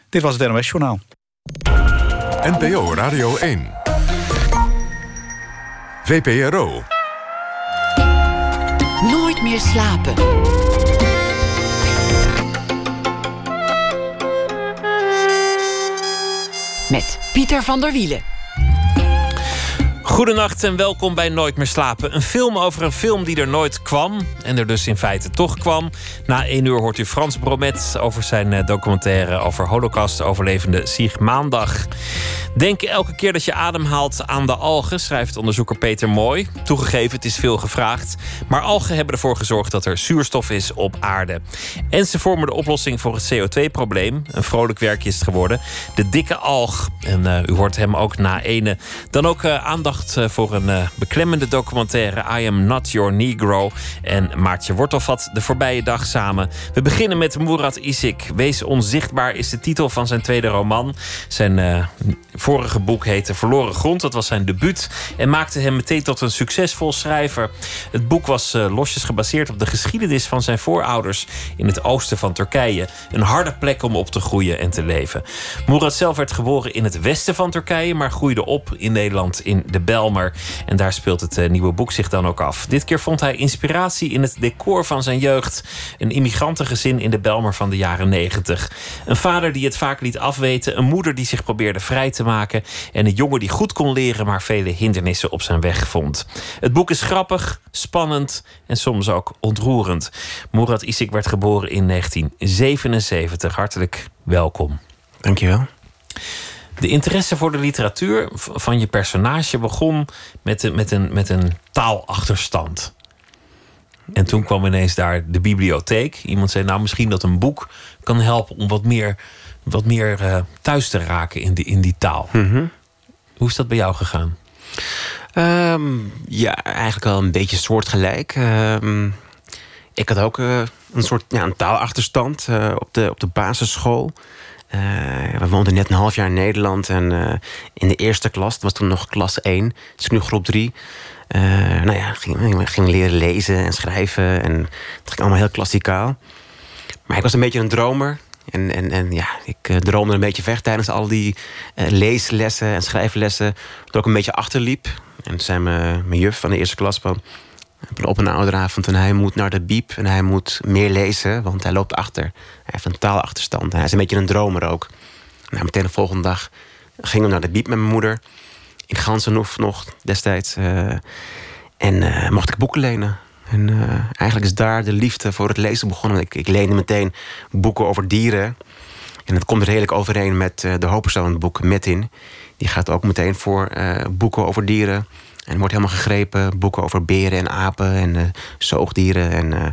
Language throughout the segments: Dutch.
Dit was het NOS Journaal. NPO Radio 1. VPRO. Nooit meer slapen. Met Pieter van der Wielen. Goedenacht en welkom bij Nooit meer slapen. Een film over een film die er nooit kwam. En er dus in feite toch kwam. Na 1 uur hoort u Frans Bromet over zijn documentaire over Holocaust-overlevende Sieg Maandag. Denk elke keer dat je ademhaalt aan de algen, schrijft onderzoeker Peter Mooi. Toegegeven, het is veel gevraagd. Maar algen hebben ervoor gezorgd dat er zuurstof is op aarde. En ze vormen de oplossing voor het CO2-probleem. Een vrolijk werkje is het geworden. De dikke alg. En u hoort hem ook na ene. Dan ook aandacht voor een beklemmende documentaire I Am Not Your Negro. En Maartje Wortelvat de voorbije dag samen. We beginnen met Murat Isik. Wees onzichtbaar is de titel van zijn tweede roman. Zijn vorige boek heette Verloren Grond. Dat was zijn debuut. En maakte hem meteen tot een succesvol schrijver. Het boek was losjes gebaseerd op de geschiedenis van zijn voorouders in het oosten van Turkije. Een harde plek om op te groeien en te leven. Murat zelf werd geboren in het westen van Turkije, maar groeide op in Nederland in de Bijlmer. En daar speelt het nieuwe boek zich dan ook af. Dit keer vond hij inspiratie in het decor van zijn jeugd. Een immigrantengezin in de Bijlmer van de jaren 90. Een vader die het vaak liet afweten. Een moeder die zich probeerde vrij te maken. En een jongen die goed kon leren, maar vele hindernissen op zijn weg vond. Het boek is grappig, spannend en soms ook ontroerend. Murat Isik werd geboren in 1977. Hartelijk welkom. Dankjewel. De interesse voor de literatuur van je personage begon met een taalachterstand. En toen kwam ineens daar de bibliotheek. Iemand zei, nou, misschien dat een boek kan helpen om wat meer thuis te raken in die taal. Mm-hmm. Hoe is dat bij jou gegaan? Ja, eigenlijk wel een beetje soortgelijk. Ik had ook een soort een taalachterstand op de basisschool. We woonden net een half jaar in Nederland. En in de eerste klas, dat was toen nog klas 1. Het is nu groep 3. Ging leren lezen en schrijven. En het ging allemaal heel klassikaal. Maar ik was een beetje een dromer. En ik droomde een beetje weg tijdens al die leeslessen en schrijflessen. Dat ook een beetje achterliep. En toen zei mijn juf van de eerste klas van, op een ouderavond, en hij moet naar de biep en hij moet meer lezen, want hij loopt achter. Hij heeft een taalachterstand. En hij is een beetje een dromer ook. Nou, meteen de volgende dag gingen we naar de biep met mijn moeder. In Gansenhoef nog destijds. En mocht ik boeken lenen. En eigenlijk is daar de liefde voor het lezen begonnen. Ik leende meteen boeken over dieren. En dat komt redelijk overeen met de hoofdpersoon in het boek, Metin. Die gaat ook meteen voor boeken over dieren. En wordt helemaal gegrepen. Boeken over beren en apen en zoogdieren. En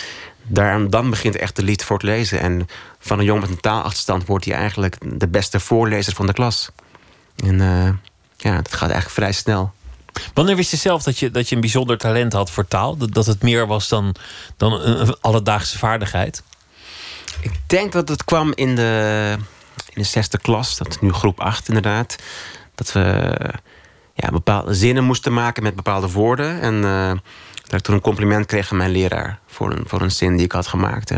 dan begint echt de liefde voor het lezen. En van een jongen met een taalachterstand wordt hij eigenlijk de beste voorlezer van de klas. En dat gaat eigenlijk vrij snel. Wanneer wist je zelf dat je een bijzonder talent had voor taal? Dat het meer was dan een alledaagse vaardigheid? Ik denk dat het kwam in de 6e klas. Dat is nu groep 8 inderdaad. Dat we bepaalde zinnen moesten maken met bepaalde woorden. En dat ik toen een compliment kreeg van mijn leraar voor een zin die ik had gemaakt.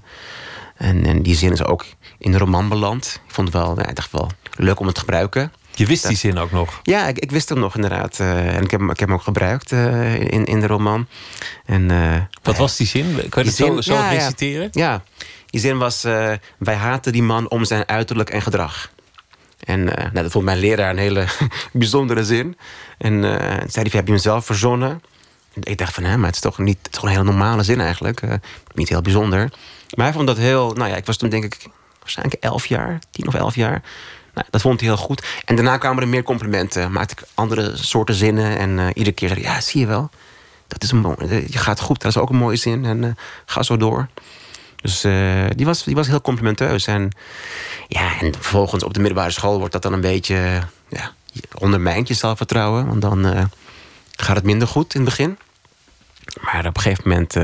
En die zin is ook in de roman beland. Ik vond het wel, ik dacht wel leuk om het te gebruiken. Je wist die zin ook nog? Ja, ik wist hem nog inderdaad. En ik heb hem ook gebruikt in de roman. En, wat was die zin? Kan je het zo reciteren? Ja, die zin was, wij haten die man om zijn uiterlijk en gedrag. En dat vond mijn leraar een hele bijzondere zin. En zei hij, heb je hem zelf verzonnen? Ik dacht van, maar het is toch een hele normale zin eigenlijk. Niet heel bijzonder. Maar hij vond dat heel, ik was toen denk ik waarschijnlijk 11 jaar, 10 of 11 jaar. Nou, dat vond hij heel goed. En daarna kwamen er meer complimenten. Maakte ik andere soorten zinnen. En iedere keer zei hij, zie je wel. Dat is je gaat goed, dat is ook een mooie zin. En ga zo door. Dus die was heel complimenteus. En vervolgens op de middelbare school wordt dat dan een beetje ondermijnt je zelfvertrouwen. Want dan gaat het minder goed in het begin. Maar op een gegeven moment,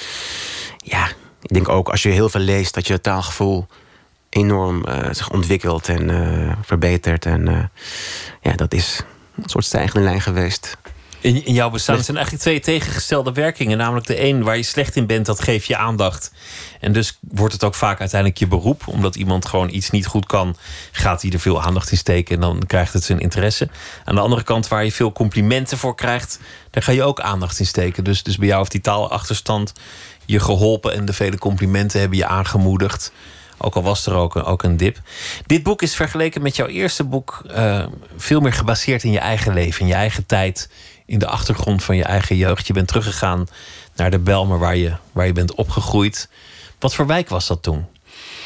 ik denk ook als je heel veel leest, dat je taalgevoel enorm zich ontwikkelt en verbetert. En dat is een soort stijgende lijn geweest. In jouw bestaan zijn eigenlijk twee tegengestelde werkingen. Namelijk de een waar je slecht in bent, dat geeft je aandacht. En dus wordt het ook vaak uiteindelijk je beroep. Omdat iemand gewoon iets niet goed kan, gaat hij er veel aandacht in steken. En dan krijgt het zijn interesse. Aan de andere kant, waar je veel complimenten voor krijgt, daar ga je ook aandacht in steken. Dus bij jou heeft die taalachterstand je geholpen. En de vele complimenten hebben je aangemoedigd. Ook al was er ook een dip. Dit boek is vergeleken met jouw eerste boek veel meer gebaseerd in je eigen leven. In je eigen tijd. In de achtergrond van je eigen jeugd. Je bent teruggegaan naar de Bijlmer waar je bent opgegroeid. Wat voor wijk was dat toen?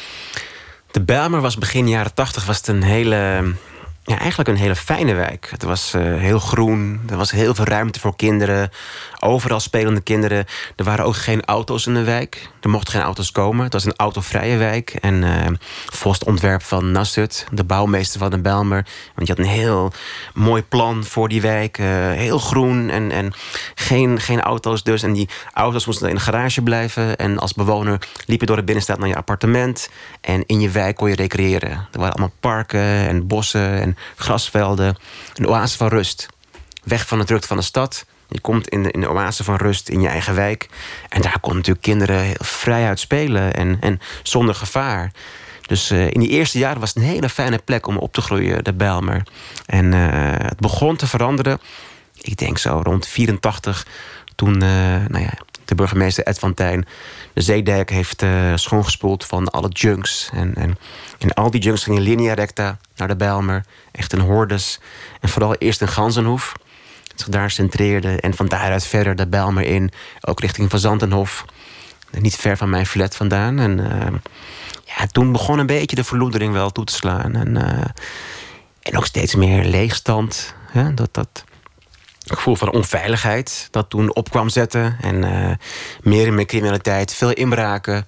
De Bijlmer was begin jaren 80 was het eigenlijk een hele fijne wijk. Het was heel groen, er was heel veel ruimte voor kinderen. Overal spelende kinderen. Er waren ook geen auto's in de wijk. Er mochten geen auto's komen. Het was een autovrije wijk. En volgens het ontwerp van Nassut, de bouwmeester van de Bijlmer. Want je had een heel mooi plan voor die wijk. Heel groen en geen auto's dus. En die auto's moesten in de garage blijven. En als bewoner liep je door de binnenstad naar je appartement. En in je wijk kon je recreëren. Er waren allemaal parken en bossen en grasvelden. Een oase van rust. Weg van de drukte van de stad. Je komt in de oase van rust in je eigen wijk. En daar konden natuurlijk kinderen heel vrij uit spelen. En zonder gevaar. Dus in die eerste jaren was het een hele fijne plek om op te groeien, de Bijlmer. En het begon te veranderen. Ik denk zo rond 84. Toen de burgemeester Ed van Tijn de zeedijk heeft schoongespoeld van alle junks. En al die junks gingen linea recta naar de Bijlmer. Echt in hordes. En vooral eerst in Ganzenhoef. Zich daar centreerde. En van daaruit verder de Bijlmer in. Ook richting Van Zantenhof. Niet ver van mijn flat vandaan. En toen begon een beetje de verloedering wel toe te slaan. En ook steeds meer leegstand. Hè? Dat gevoel van onveiligheid dat toen op kwam zetten. En meer en meer criminaliteit. Veel inbraken.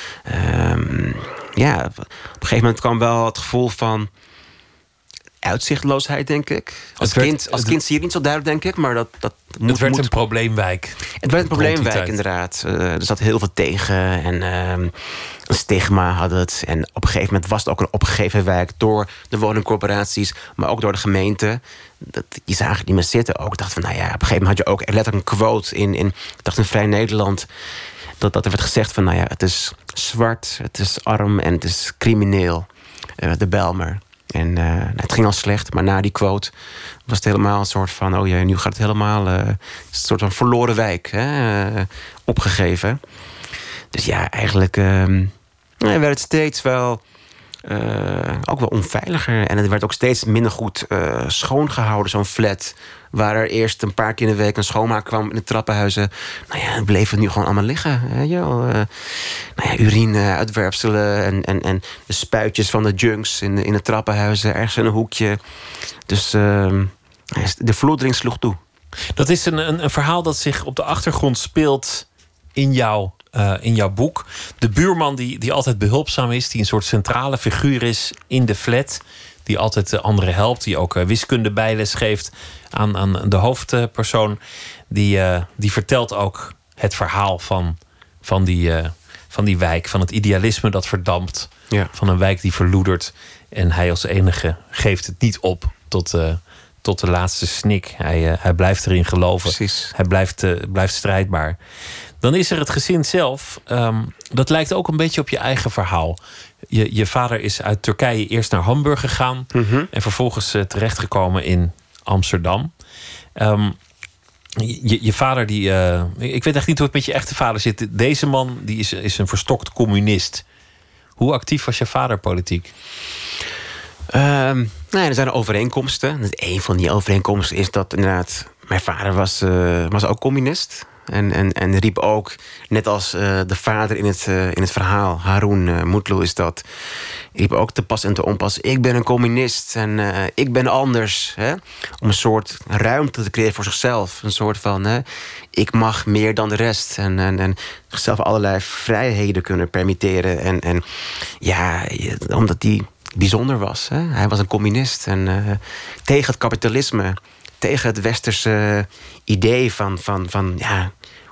Op een gegeven moment kwam wel het gevoel van uitzichtloosheid, denk ik. Als kind zie je niet zo duidelijk, denk ik. Maar dat het werd een probleemwijk. Het werd een probleemwijk, inderdaad. Er zat heel veel tegen. En een stigma had het. En op een gegeven moment was het ook een opgegeven wijk door de woningcorporaties, maar ook door de gemeente. Die zagen het niet meer zitten ook. Ik dacht van, op een gegeven moment had je ook letterlijk een quote in Vrij Nederland. Dat er werd gezegd van, het is zwart, het is arm en het is crimineel. De Bijlmer. En het ging al slecht, maar na die quote was het helemaal een soort van, nu gaat het helemaal een soort van verloren wijk, opgegeven. Dus eigenlijk werd het steeds wel ook wel onveiliger. En het werd ook steeds minder goed schoongehouden, zo'n flat. Waar er eerst een paar keer in de week een schoonmaak kwam in de trappenhuizen. Het bleef het nu gewoon allemaal liggen. Urine, uitwerpselen en de spuitjes van de junks in de trappenhuizen. Ergens in een hoekje. Dus de verloedering sloeg toe. Dat is een verhaal dat zich op de achtergrond speelt in jouw boek. De buurman die altijd behulpzaam is, die een soort centrale figuur is in de flat, die altijd de anderen helpt, die ook wiskunde bijles geeft aan de hoofdpersoon, die vertelt ook het verhaal van die wijk, van het idealisme dat verdampt, van een wijk die verloedert. En hij als enige geeft het niet op tot de laatste snik. Hij blijft erin geloven. Precies. Hij blijft strijdbaar. Dan is er het gezin zelf. Dat lijkt ook een beetje op je eigen verhaal. Je vader is uit Turkije eerst naar Hamburg gegaan. Mm-hmm. En vervolgens terechtgekomen in Amsterdam. Je vader, ik weet echt niet hoe het met je echte vader zit. Deze man is een verstokt communist. Hoe actief was je vader politiek? Er zijn overeenkomsten. Een van die overeenkomsten is dat inderdaad mijn vader was ook communist. En riep ook, net als de vader in het verhaal, Haroun Mutlu is dat, riep ook te pas en te onpas, ik ben een communist en ik ben anders. Hè? Om een soort ruimte te creëren voor zichzelf. Een soort van, ik mag meer dan de rest. En zichzelf allerlei vrijheden kunnen permitteren. En omdat hij bijzonder was. Hè? Hij was een communist. En tegen het kapitalisme, tegen het westerse idee van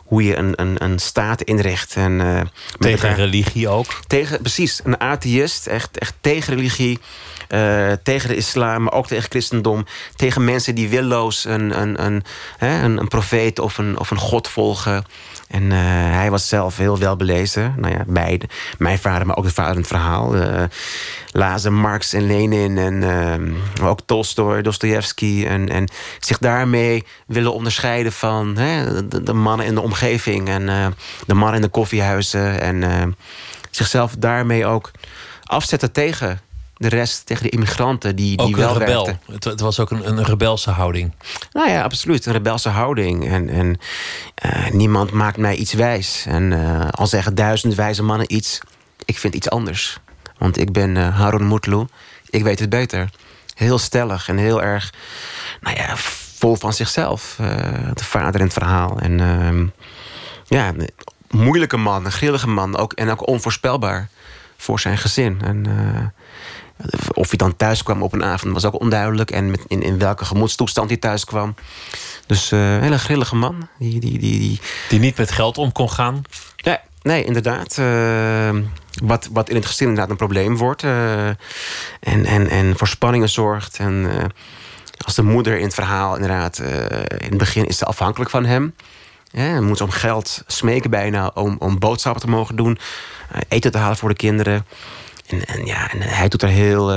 hoe je een staat inricht. En, tegen religie ook? Precies, een atheïst, echt tegen religie. Tegen de islam, maar ook tegen christendom. Tegen mensen die willoos een profeet of een god volgen. En hij was zelf heel welbelezen. Nou ja, beide. Mijn vader, maar ook de vader in het verhaal. Lazen Marx en Lenin en ook Tolstoj, Dostojevski. En zich daarmee willen onderscheiden van de mannen in de omgeving. En de mannen in de koffiehuizen. En zichzelf daarmee ook afzetten tegen de rest, tegen de immigranten die ook wel een rebel. werkten. Het was ook een rebelse houding. Nou ja, absoluut. Een rebelse houding. En niemand maakt mij iets wijs. En al zeggen 1000 wijze mannen iets, ik vind iets anders. Want ik ben Harun Mutlu. Ik weet het beter. Heel stellig en heel erg vol van zichzelf. De vader in het verhaal. En een moeilijke man, een grillige man. En ook onvoorspelbaar voor zijn gezin. En of hij dan thuis kwam op een avond was ook onduidelijk. En in welke gemoedstoestand hij thuis kwam. Dus een hele grillige man. Die niet met geld om kon gaan? Nee, inderdaad. Wat in het gezin inderdaad een probleem wordt. En voor spanningen zorgt. En als de moeder in het verhaal inderdaad in het begin is ze afhankelijk van hem. Ja, moet ze om geld smeken bijna om boodschappen te mogen doen. Eten te halen voor de kinderen. En hij doet er heel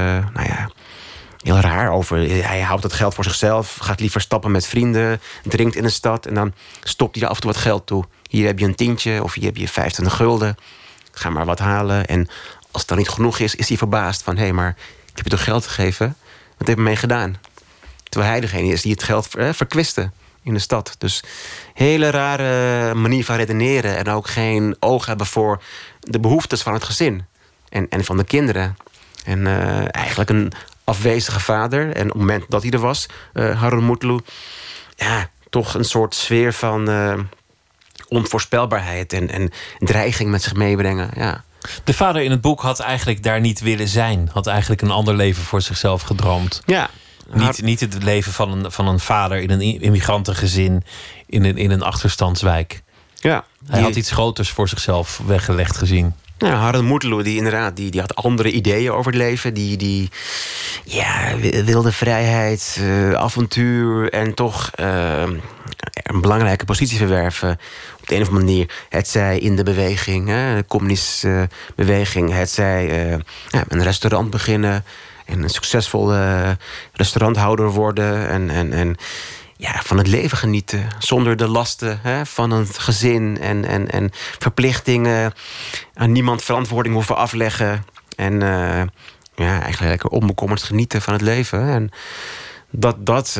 raar over. Hij houdt dat geld voor zichzelf. Gaat liever stappen met vrienden. Drinkt in de stad. En dan stopt hij er af en toe wat geld toe. Hier heb je een tientje of hier heb je 25 gulden. Ga maar wat halen. En als het dan niet genoeg is hij verbaasd van... hé, maar ik heb je toch geld gegeven? Wat heb je mee gedaan? Terwijl hij degene is die het geld verkwiste in de stad. Dus hele rare manier van redeneren. En ook geen oog hebben voor de behoeftes van het gezin. En van de kinderen. En eigenlijk een afwezige vader. En op het moment dat hij er was, Harun Mutlu... toch een soort sfeer van onvoorspelbaarheid en dreiging met zich meebrengen. Ja. De vader in het boek had eigenlijk daar niet willen zijn. Had eigenlijk een ander leven voor zichzelf gedroomd. Ja. Niet het leven van een vader in een immigrantengezin in een achterstandswijk. Ja. Hij had iets groters voor zichzelf weggelegd gezien. Ja, Harun Mutlu, die had andere ideeën over het leven. Die wilde vrijheid, avontuur en toch een belangrijke positie verwerven. Op de een of andere manier. Hetzij in de beweging, de communistische beweging. Hetzij een restaurant beginnen. En een succesvolle restauranthouder worden. En van het leven genieten. Zonder de lasten van het gezin en verplichtingen. Aan niemand verantwoording hoeven afleggen. En eigenlijk lekker onbekommerd genieten van het leven. En dat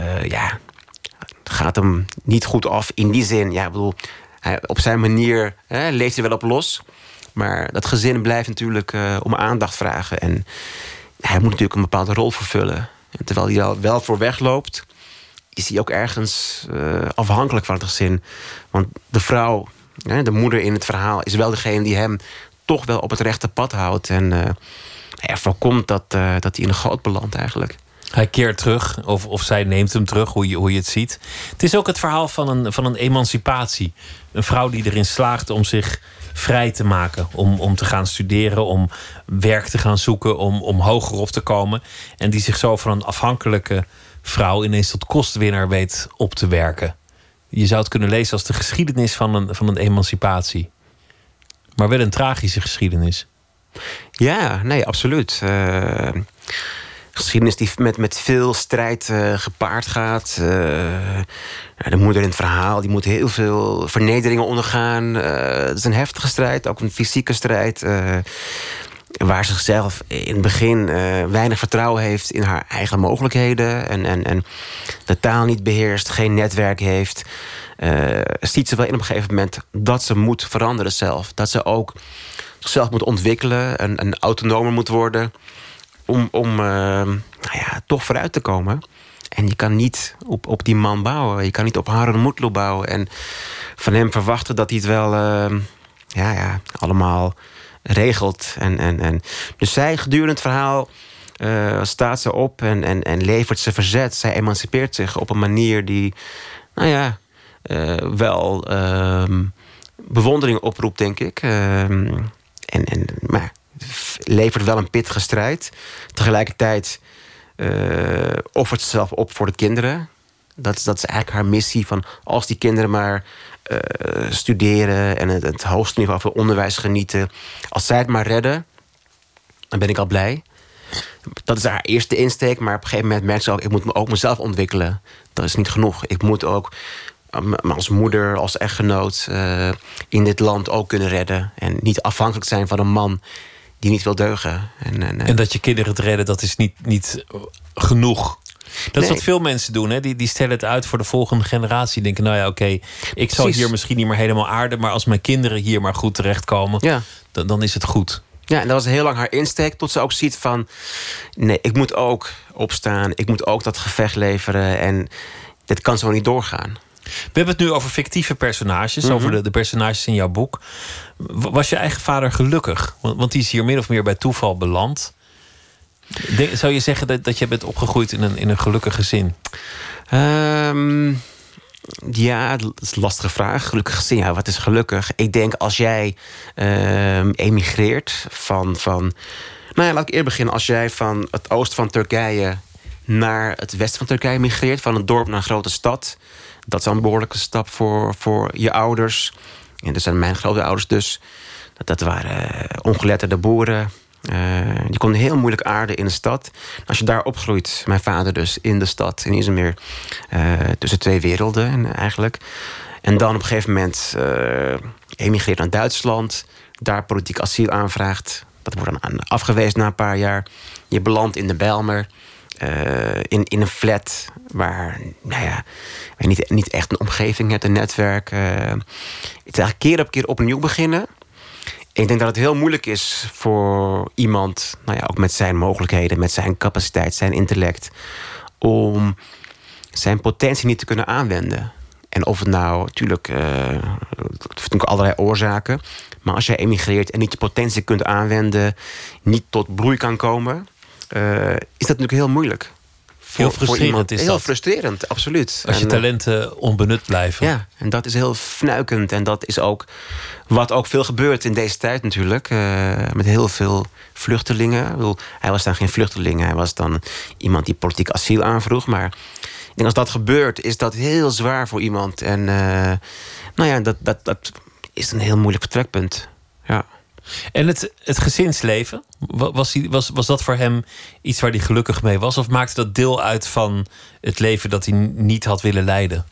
gaat hem niet goed af in die zin. Ja, ik bedoel, op zijn manier leeft hij wel op los. Maar dat gezin blijft natuurlijk om aandacht vragen. En hij moet natuurlijk een bepaalde rol vervullen. En terwijl hij al wel voor wegloopt, is hij ook ergens afhankelijk van het gezin. Want de vrouw, de moeder in het verhaal, is wel degene die hem toch wel op het rechte pad houdt. En voorkomt dat hij in een goot belandt eigenlijk. Hij keert terug, of zij neemt hem terug, hoe je het ziet. Het is ook het verhaal van een emancipatie. Een vrouw die erin slaagt om zich vrij te maken. Om te gaan studeren, om werk te gaan zoeken, om hoger op te komen. En die zich zo van een afhankelijke vrouw ineens tot kostwinner weet op te werken. Je zou het kunnen lezen als de geschiedenis van een emancipatie. Maar wel een tragische geschiedenis. Ja, nee, absoluut. Geschiedenis die met veel strijd gepaard gaat. De moeder in het verhaal die moet heel veel vernederingen ondergaan. Het is een heftige strijd, ook een fysieke strijd. Waar ze zichzelf in het begin weinig vertrouwen heeft in haar eigen mogelijkheden. En de taal niet beheerst, geen netwerk heeft. Ziet ze wel in op een gegeven moment dat ze moet veranderen zelf. Dat ze ook zichzelf moet ontwikkelen en autonomer moet worden. Om toch vooruit te komen. En je kan niet op die man bouwen. Je kan niet op Harun Mutlu bouwen. En van hem verwachten dat hij het wel allemaal regelt. Dus zij gedurende het verhaal staat ze op en levert ze verzet. Zij emancipeert zich op een manier die wel bewondering oproept, denk ik. Maar levert wel een pittige strijd. Tegelijkertijd offert ze zelf op voor de kinderen. Dat is eigenlijk haar missie. Van als die kinderen maar studeren en het hoogste niveau van onderwijs genieten. Als zij het maar redden, dan ben ik al blij. Dat is haar eerste insteek. Maar op een gegeven moment merkt ze ook, ik moet ook mezelf ontwikkelen. Dat is niet genoeg. Ik moet ook als moeder, als echtgenoot in dit land ook kunnen redden. En niet afhankelijk zijn van een man die niet wil deugen. En dat je kinderen het redden, dat is niet genoeg. Dat is wat veel mensen doen. Hè? Die stellen het uit voor de volgende generatie. Die denken, nou ja, oké, ik zal hier misschien niet meer helemaal aarden, maar als mijn kinderen hier maar goed terechtkomen, dan is het goed. Ja, en dat was heel lang haar insteek, tot ze ook ziet van, nee, ik moet ook opstaan. Ik moet ook dat gevecht leveren. En dit kan zo niet doorgaan. We hebben het nu over fictieve personages, over de personages in jouw boek. Was je eigen vader gelukkig? Want die is hier min of meer bij toeval beland. Zou je zeggen dat je bent opgegroeid in een gelukkig gezin? Ja, dat is een lastige vraag. Gelukkig gezin, ja, wat is gelukkig? Ik denk als jij emigreert van... Nou ja, laat ik eerder beginnen. Als jij van het oosten van Turkije naar het westen van Turkije migreert, van een dorp naar een grote stad, dat is al een behoorlijke stap voor je ouders. En dat zijn mijn grootouders dus. Dat waren ongeletterde boeren. Die konden heel moeilijk aarden in de stad. Als je daar opgroeit, mijn vader dus, in de stad, in Izmir, tussen twee werelden eigenlijk. En dan op een gegeven moment emigreert naar Duitsland, daar politiek asiel aanvraagt. Dat wordt dan afgewezen na een paar jaar. Je belandt in de Bijlmer, in een flat waar, nou ja, niet echt een omgeving hebt, een netwerk. Het is eigenlijk keer op keer opnieuw beginnen. Ik denk dat het heel moeilijk is voor iemand, nou ja, ook met zijn mogelijkheden, met zijn capaciteit, zijn intellect, om zijn potentie niet te kunnen aanwenden. En of het nou, natuurlijk, heeft allerlei oorzaken, maar als jij emigreert en niet je potentie kunt aanwenden, niet tot bloei kan komen, is dat natuurlijk heel moeilijk. Heel frustrerend is dat. Heel frustrerend, absoluut. Als je talenten onbenut blijven. Ja, en dat is heel fnuikend. En dat is ook wat ook veel gebeurt in deze tijd natuurlijk. Met heel veel vluchtelingen. Ik bedoel, hij was dan geen vluchteling. Hij was dan iemand die politiek asiel aanvroeg. Maar ik denk als dat gebeurt, is dat heel zwaar voor iemand. En nou ja, dat is een heel moeilijk vertrekpunt. Ja. En het gezinsleven, was dat voor hem iets waar hij gelukkig mee was? Of maakte dat deel uit van het leven dat hij niet had willen leiden?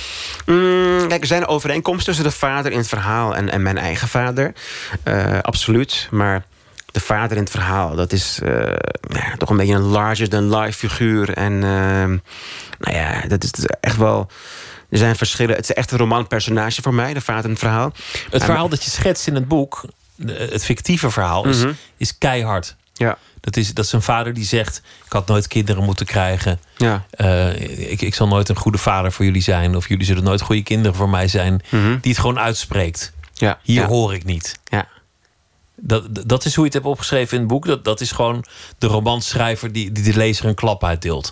Kijk, er zijn overeenkomsten tussen de vader in het verhaal en mijn eigen vader. Absoluut. Maar de vader in het verhaal, dat is toch een beetje een larger-than-life figuur. En nou ja, dat is echt wel. Er zijn verschillen. Het is echt een romanpersonage voor mij, de vader in het verhaal. Het verhaal dat je schetst in het boek, het fictieve verhaal, is keihard. Ja. Dat is een vader die zegt, ik had nooit kinderen moeten krijgen. Ja. Ik zal nooit een goede vader voor jullie zijn. Of jullie zullen nooit goede kinderen voor mij zijn. Die het gewoon uitspreekt. Ja. Hier hoor ik niet. Ja. Dat is hoe je het hebt opgeschreven in het boek. Dat is gewoon de romanschrijver die de lezer een klap uitdeelt.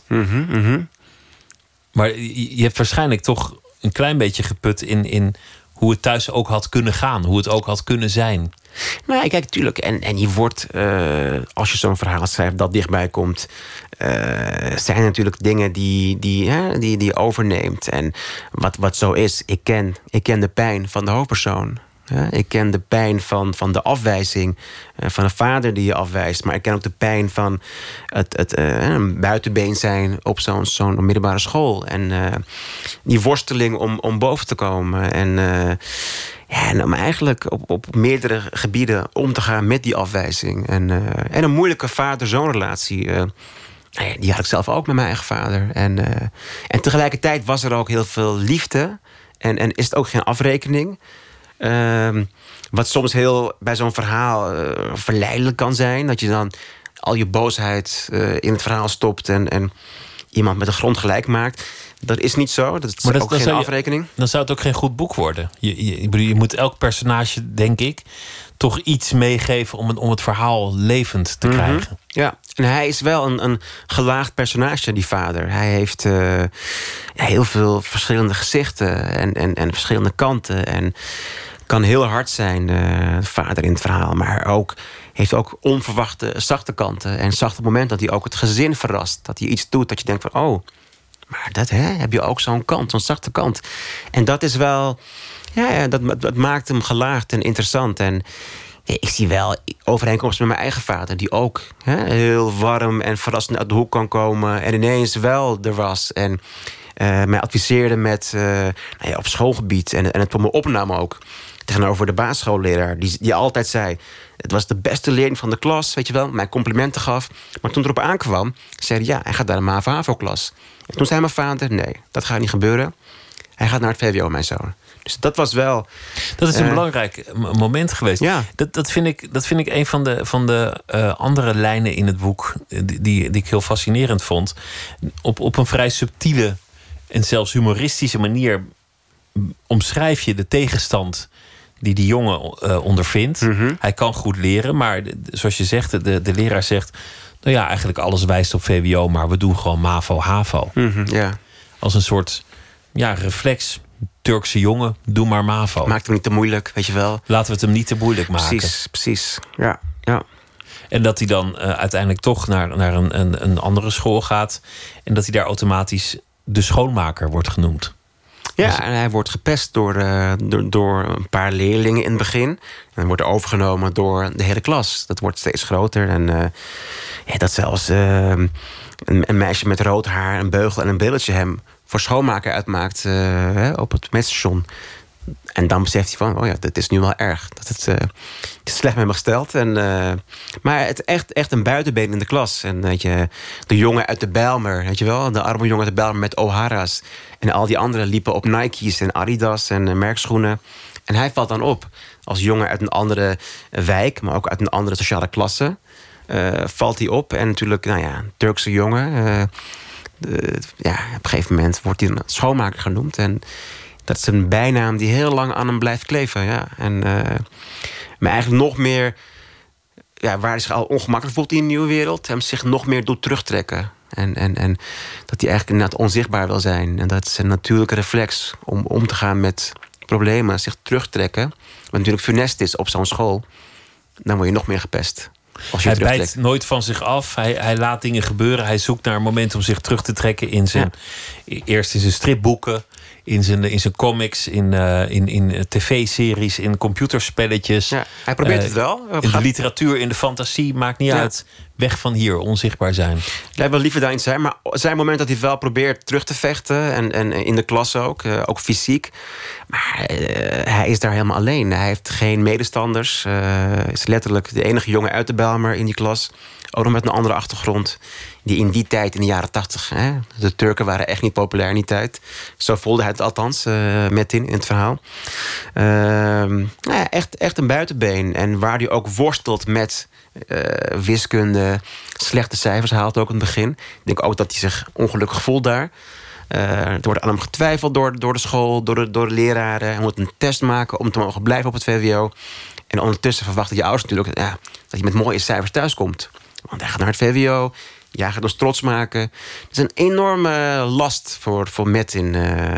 Maar je hebt waarschijnlijk toch een klein beetje geput in hoe het thuis ook had kunnen gaan. Hoe het ook had kunnen zijn. Nou, kijk, tuurlijk. En je wordt, als je zo'n verhaal schrijft dat dichtbij komt, zijn natuurlijk dingen die je overneemt. En wat zo is, ik ken de pijn van de hoofdpersoon. Ja, ik ken de pijn van de afwijzing, van een vader die je afwijst. Maar ik ken ook de pijn van het buitenbeen zijn op zo'n middelbare school. En die worsteling om boven te komen. En om eigenlijk op meerdere gebieden om te gaan met die afwijzing. En een moeilijke vader-zoon-relatie. Die had ik zelf ook met mijn eigen vader. En tegelijkertijd was er ook heel veel liefde. En is het ook geen afrekening. Wat soms heel bij zo'n verhaal verleidelijk kan zijn. Dat je dan al je boosheid in het verhaal stopt en iemand met de grond gelijk maakt. Dat is niet zo. Dat is ook geen afrekening. Dan zou het ook geen goed boek worden. Je moet elk personage, denk ik, toch iets meegeven om het verhaal levend te krijgen. Ja, en hij is wel een gelaagd personage, die vader. Hij heeft heel veel verschillende gezichten en verschillende kanten. En kan heel hard zijn, vader in het verhaal. Maar heeft ook onverwachte zachte kanten. En zachte momenten dat hij ook het gezin verrast. Dat hij iets doet dat je denkt van... oh, maar heb je ook zo'n kant, zo'n zachte kant. En dat is wel... Ja, dat maakt hem gelaagd en interessant. En ik zie wel overeenkomsten met mijn eigen vader... die ook heel warm en verrassend uit de hoek kan komen... en ineens wel er was. En mij adviseerde met op schoolgebied... en het voor me opnam ook... tegenover de basisschoolleraar, die altijd zei... het was de beste leerling van de klas, weet je wel... mij complimenten gaf. Maar toen erop aankwam, zei hij... hij gaat naar de MAVO-HAVO-klas. En toen zei mijn vader, nee, dat gaat niet gebeuren. Hij gaat naar het VWO, mijn zoon. Dus dat was wel... Dat is een belangrijk moment geweest. Ja. Dat vind ik een van de andere lijnen in het boek... die ik heel fascinerend vond. Op een vrij subtiele en zelfs humoristische manier... omschrijf je de tegenstand die jongen ondervindt. Mm-hmm. Hij kan goed leren, maar zoals je zegt... de leraar zegt... nou ja, eigenlijk alles wijst op VWO... maar we doen gewoon MAVO-HAVO. Mm-hmm, yeah. Als een soort reflex... Turkse jongen, doe maar MAVO. Maakt hem niet te moeilijk, weet je wel. Laten we het hem niet te moeilijk maken. Precies. Ja. En dat hij dan uiteindelijk toch naar een andere school gaat... en dat hij daar automatisch de schoonmaker wordt genoemd. Ja, en hij wordt gepest door een paar leerlingen in het begin. En hij wordt overgenomen door de hele klas. Dat wordt steeds groter. En dat zelfs een meisje met rood haar, een beugel en een brilletje... hem voor schoonmaker uitmaakt op het meetstation. En dan beseft hij van, dit is nu wel erg. Dat het is slecht met me gesteld. Maar het echt een buitenbeen in de klas. En weet je, de jongen uit de Bijlmer, weet je wel, de arme jongen uit de Bijlmer met O'Hara's. En al die anderen liepen op Nike's en Adidas en merkschoenen. En hij valt dan op als jongen uit een andere wijk, maar ook uit een andere sociale klasse. Valt hij op. En natuurlijk, Turkse jongen. Op een gegeven moment wordt hij een schoonmaker genoemd. En dat is een bijnaam die heel lang aan hem blijft kleven. Ja. En maar eigenlijk nog meer... waar hij zich al ongemakkelijk voelt in een nieuwe wereld... hem zich nog meer doet terugtrekken. En dat hij eigenlijk inderdaad onzichtbaar wil zijn. En dat is een natuurlijke reflex om te gaan met problemen. Zich terugtrekken. Wat natuurlijk funest is op zo'n school. Dan word je nog meer gepest. Hij bijt nooit van zich af. Hij laat dingen gebeuren. Hij zoekt naar een moment om zich terug te trekken eerst in zijn stripboeken, in zijn comics, in tv-series, in computerspelletjes. Ja, hij probeert het wel. In de literatuur, in de fantasie, maakt niet uit. Weg van hier, onzichtbaar zijn. Hij wil liever daarin zijn, maar zijn moment dat hij wel probeert terug te vechten... en in de klas ook fysiek. Maar hij is daar helemaal alleen. Hij heeft geen medestanders. Hij is letterlijk de enige jongen uit de Bijlmer in die klas. Ook nog met een andere achtergrond. Die in die tijd, in de jaren 80... de Turken waren echt niet populair in die tijd. Zo voelde hij het althans met in het verhaal. Echt een buitenbeen. En waar hij ook worstelt met... wiskunde, slechte cijfers haalt ook in het begin. Ik denk ook dat hij zich ongelukkig voelt daar. Er wordt aan hem getwijfeld door de school, door de leraren. Hij moet een test maken om te mogen blijven op het VWO. En ondertussen verwachten je ouders natuurlijk... dat hij met mooie cijfers thuiskomt. Want hij gaat naar het VWO. Jij gaat ons trots maken. Het is een enorme last voor Metin.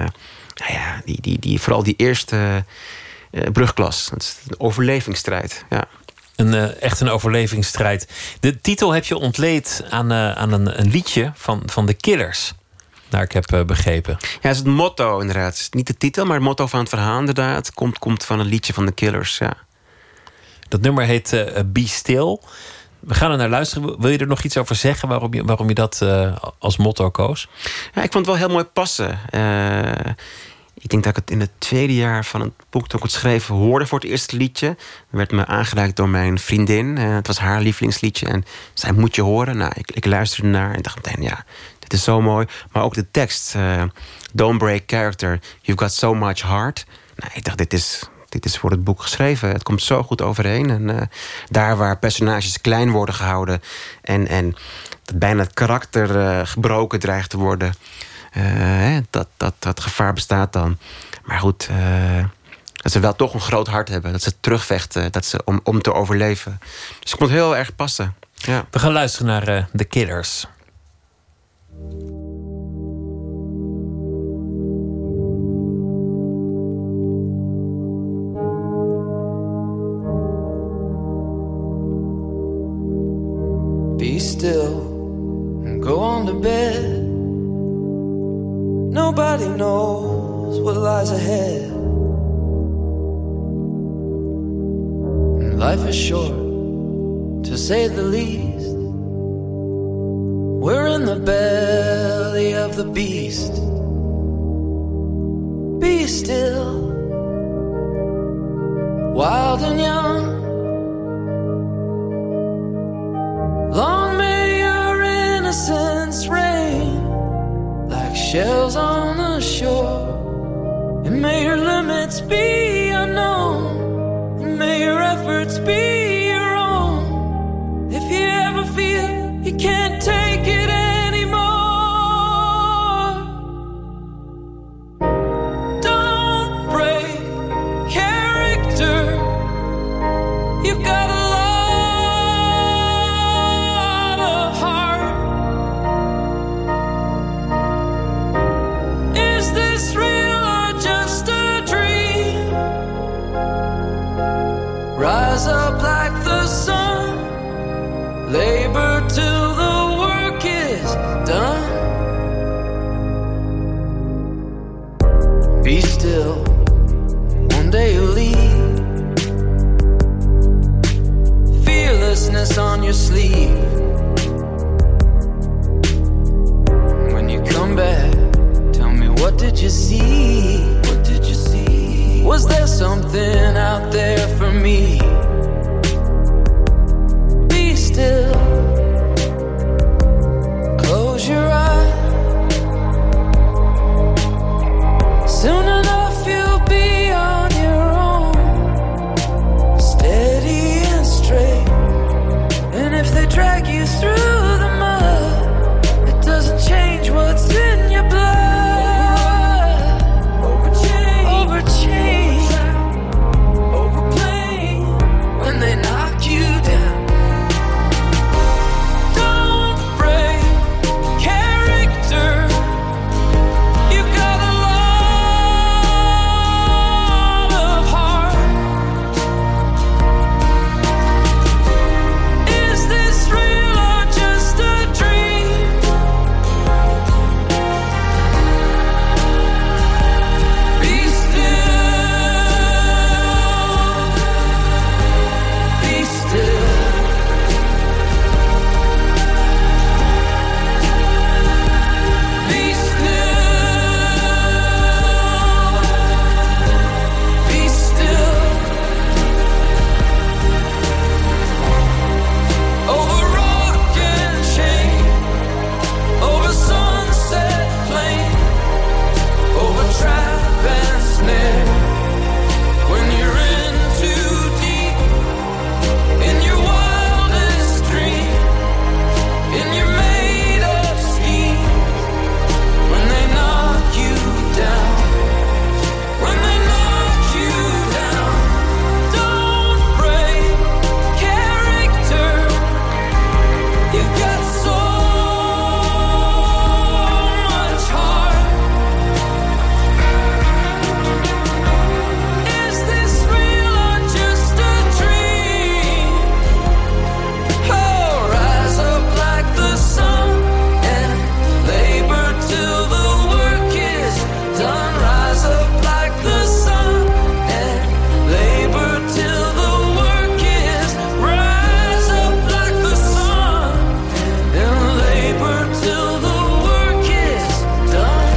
Vooral die eerste brugklas. Het is een overlevingsstrijd, ja. Echt een overlevingsstrijd. De titel heb je ontleed aan een liedje van de Killers. Naar ik heb begrepen. Ja, dat is het motto inderdaad. Niet de titel, maar het motto van het verhaal inderdaad. Komt van een liedje van de Killers, ja. Dat nummer heet Be Still. We gaan er naar luisteren. Wil je er nog iets over zeggen waarom je dat als motto koos? Ja, ik vond het wel heel mooi passen. Ik denk dat ik het in het tweede jaar van het boek... toen ik het schreef, hoorde voor het eerste liedje. Het werd me aangereikt door mijn vriendin. Het was haar lievelingsliedje. En zei, moet je horen? Nou, ik luisterde naar en dacht meteen, dit is zo mooi. Maar ook de tekst. Don't break character. You've got so much heart. Nou, ik dacht, dit is voor het boek geschreven. Het komt zo goed overeen. En daar waar personages klein worden gehouden... en dat bijna het karakter gebroken dreigt te worden... dat gevaar bestaat dan. Maar goed, dat ze wel toch een groot hart hebben. Dat ze terugvechten, dat ze om te overleven. Dus ik vond het heel erg passen. Ja. We gaan luisteren naar The Killers. Be still and go on to bed. Nobody knows what lies ahead. Life is short, to say the least. We're in the belly of the beast. Be still, wild and young. Long may your innocence reign, like shells on the shore. And may your limits be unknown, and may your efforts be your own. If you ever feel you can't take it anymore, don't break character. You've got a lot of heart. Is this real or just a dream? Rise up like the sun, labor till the work is done. Be still, one day you'll leave. Fearlessness on your sleeve. When you come back, tell me, what did you see? What did you see? Was there something out there for me? Be still, close your eyes. Soon enough you'll be on your own, steady and straight. And if they drag you through the mud, it doesn't change what's in your blood. Overchange, overplay when they knock you down. Don't break character. You've got a lot of heart. Is this real or just a dream? Be still. Be still. Be still. Be still. Over rock and chain, over sunset plain, over trap and snare. When you're in too deep, in your wildest dream, in your made up scheme. When they knock you down, when they knock you down, don't break character. You've got so much heart. Is this real or just a dream? Oh, rise up like the sun and labor till the work is done. Rise up like the sun and labor till the work is. Rise up like the sun and labor till the work is done.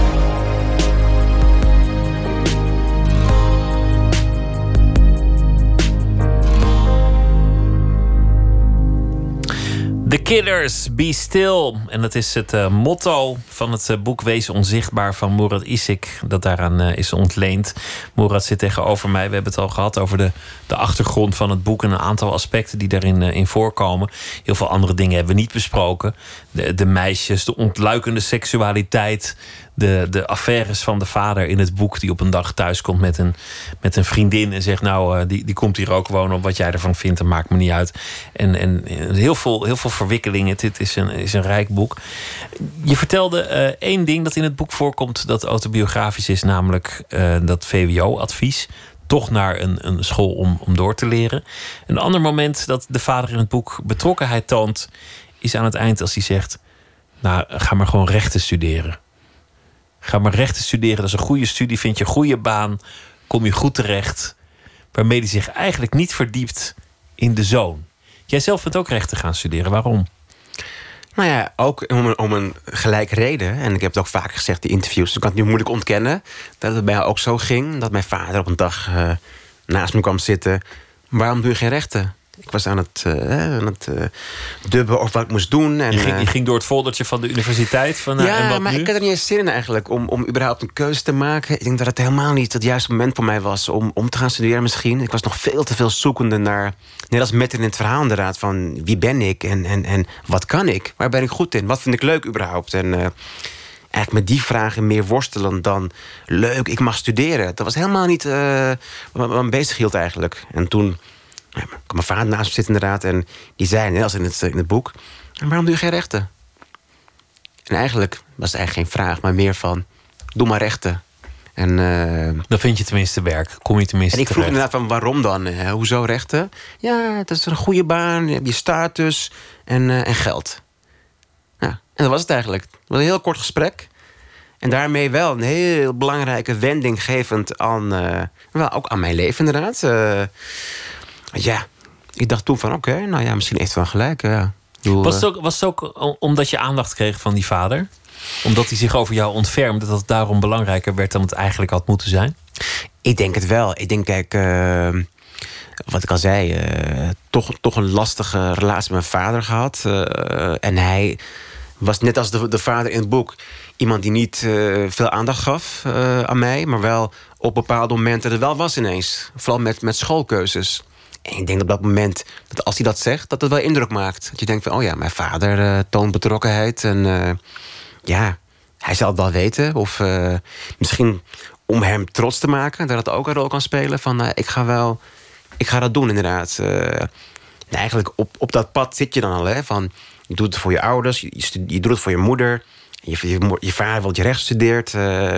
The Killers, Be Still. En dat is het motto van het boek Wees Onzichtbaar van Murat Isik, dat daaraan is ontleend. Murat zit tegenover mij. We hebben het al gehad over de achtergrond van het boek en een aantal aspecten die daarin in voorkomen. Heel veel andere dingen hebben we niet besproken. De meisjes, de ontluikende seksualiteit, de affaires van de vader in het boek, die op een dag thuis komt met een vriendin en zegt: nou, die komt hier ook wonen, op wat jij ervan vindt, dat maakt me niet uit. En heel veel verwikkelingen. Dit is een rijk boek. Je vertelde één ding dat in het boek voorkomt dat autobiografisch is, namelijk dat VWO-advies. Toch naar een school om door te leren. Een ander moment dat de vader in het boek betrokkenheid toont, is aan het eind als hij zegt: nou, ga maar gewoon rechten studeren. Ga maar rechten studeren, dat is een goede studie, vind je een goede baan, kom je goed terecht. Waarmee hij zich eigenlijk niet verdiept in de zoon. Jij zelf bent ook rechten gaan studeren, waarom? Nou ja, ook om een gelijke reden. En ik heb het ook vaak gezegd in interviews, dus ik kan het nu moeilijk ontkennen dat het bij mij ook zo ging. Dat mijn vader op een dag naast me kwam zitten. Waarom doe je geen rechten? Ik was aan het dubben over wat ik moest doen. En, je ging door het foldertje van de universiteit? En wat maar nu? ik had er niet eens zin in eigenlijk om überhaupt een keuze te maken. Ik denk dat het helemaal niet het juiste moment voor mij was om te gaan studeren misschien. Ik was nog veel te veel zoekende naar, net als met in het verhaal inderdaad, van wie ben ik en wat kan ik? Waar ben ik goed in? Wat vind ik leuk überhaupt? En eigenlijk met die vragen meer worstelen dan leuk, ik mag studeren. Dat was helemaal niet wat me bezig hield eigenlijk. En toen kwam mijn vader naast me zitten inderdaad en die zei, net als in het boek: en waarom doe je geen rechten? En eigenlijk was het eigenlijk geen vraag, maar meer van, doe maar rechten. En dan vind je tenminste werk. Kom je tenminste en ik vroeg terecht. inderdaad van, waarom dan? Hoezo rechten? Ja, het is een goede baan, je hebt je status en geld. Ja, en dat was het eigenlijk. Het was een heel kort gesprek. En daarmee wel een heel belangrijke wending gevend aan, ook aan mijn leven inderdaad. Ja, ik dacht toen van oké, nou ja, misschien heeft hij wel gelijk. Ja. Was het ook omdat je aandacht kreeg van die vader? Omdat hij zich over jou ontfermde, dat het daarom belangrijker werd dan het eigenlijk had moeten zijn? Ik denk het wel. Ik denk, kijk, wat ik al zei, toch een lastige relatie met mijn vader gehad. En hij was net als de vader in het boek iemand die niet veel aandacht gaf aan mij, maar wel op bepaalde momenten er wel was ineens. Vooral met schoolkeuzes. En ik denk dat op dat moment, dat als hij dat zegt, dat het wel indruk maakt. Dat je denkt van, oh ja, mijn vader toont betrokkenheid. En ja, hij zal het wel weten. Of misschien om hem trots te maken, dat het ook een rol kan spelen. Van, ik ga dat doen inderdaad. En eigenlijk op dat pad zit je dan al. Hè, van, je doet het voor je ouders, je doet het voor je moeder. Je vader wil je recht studeert.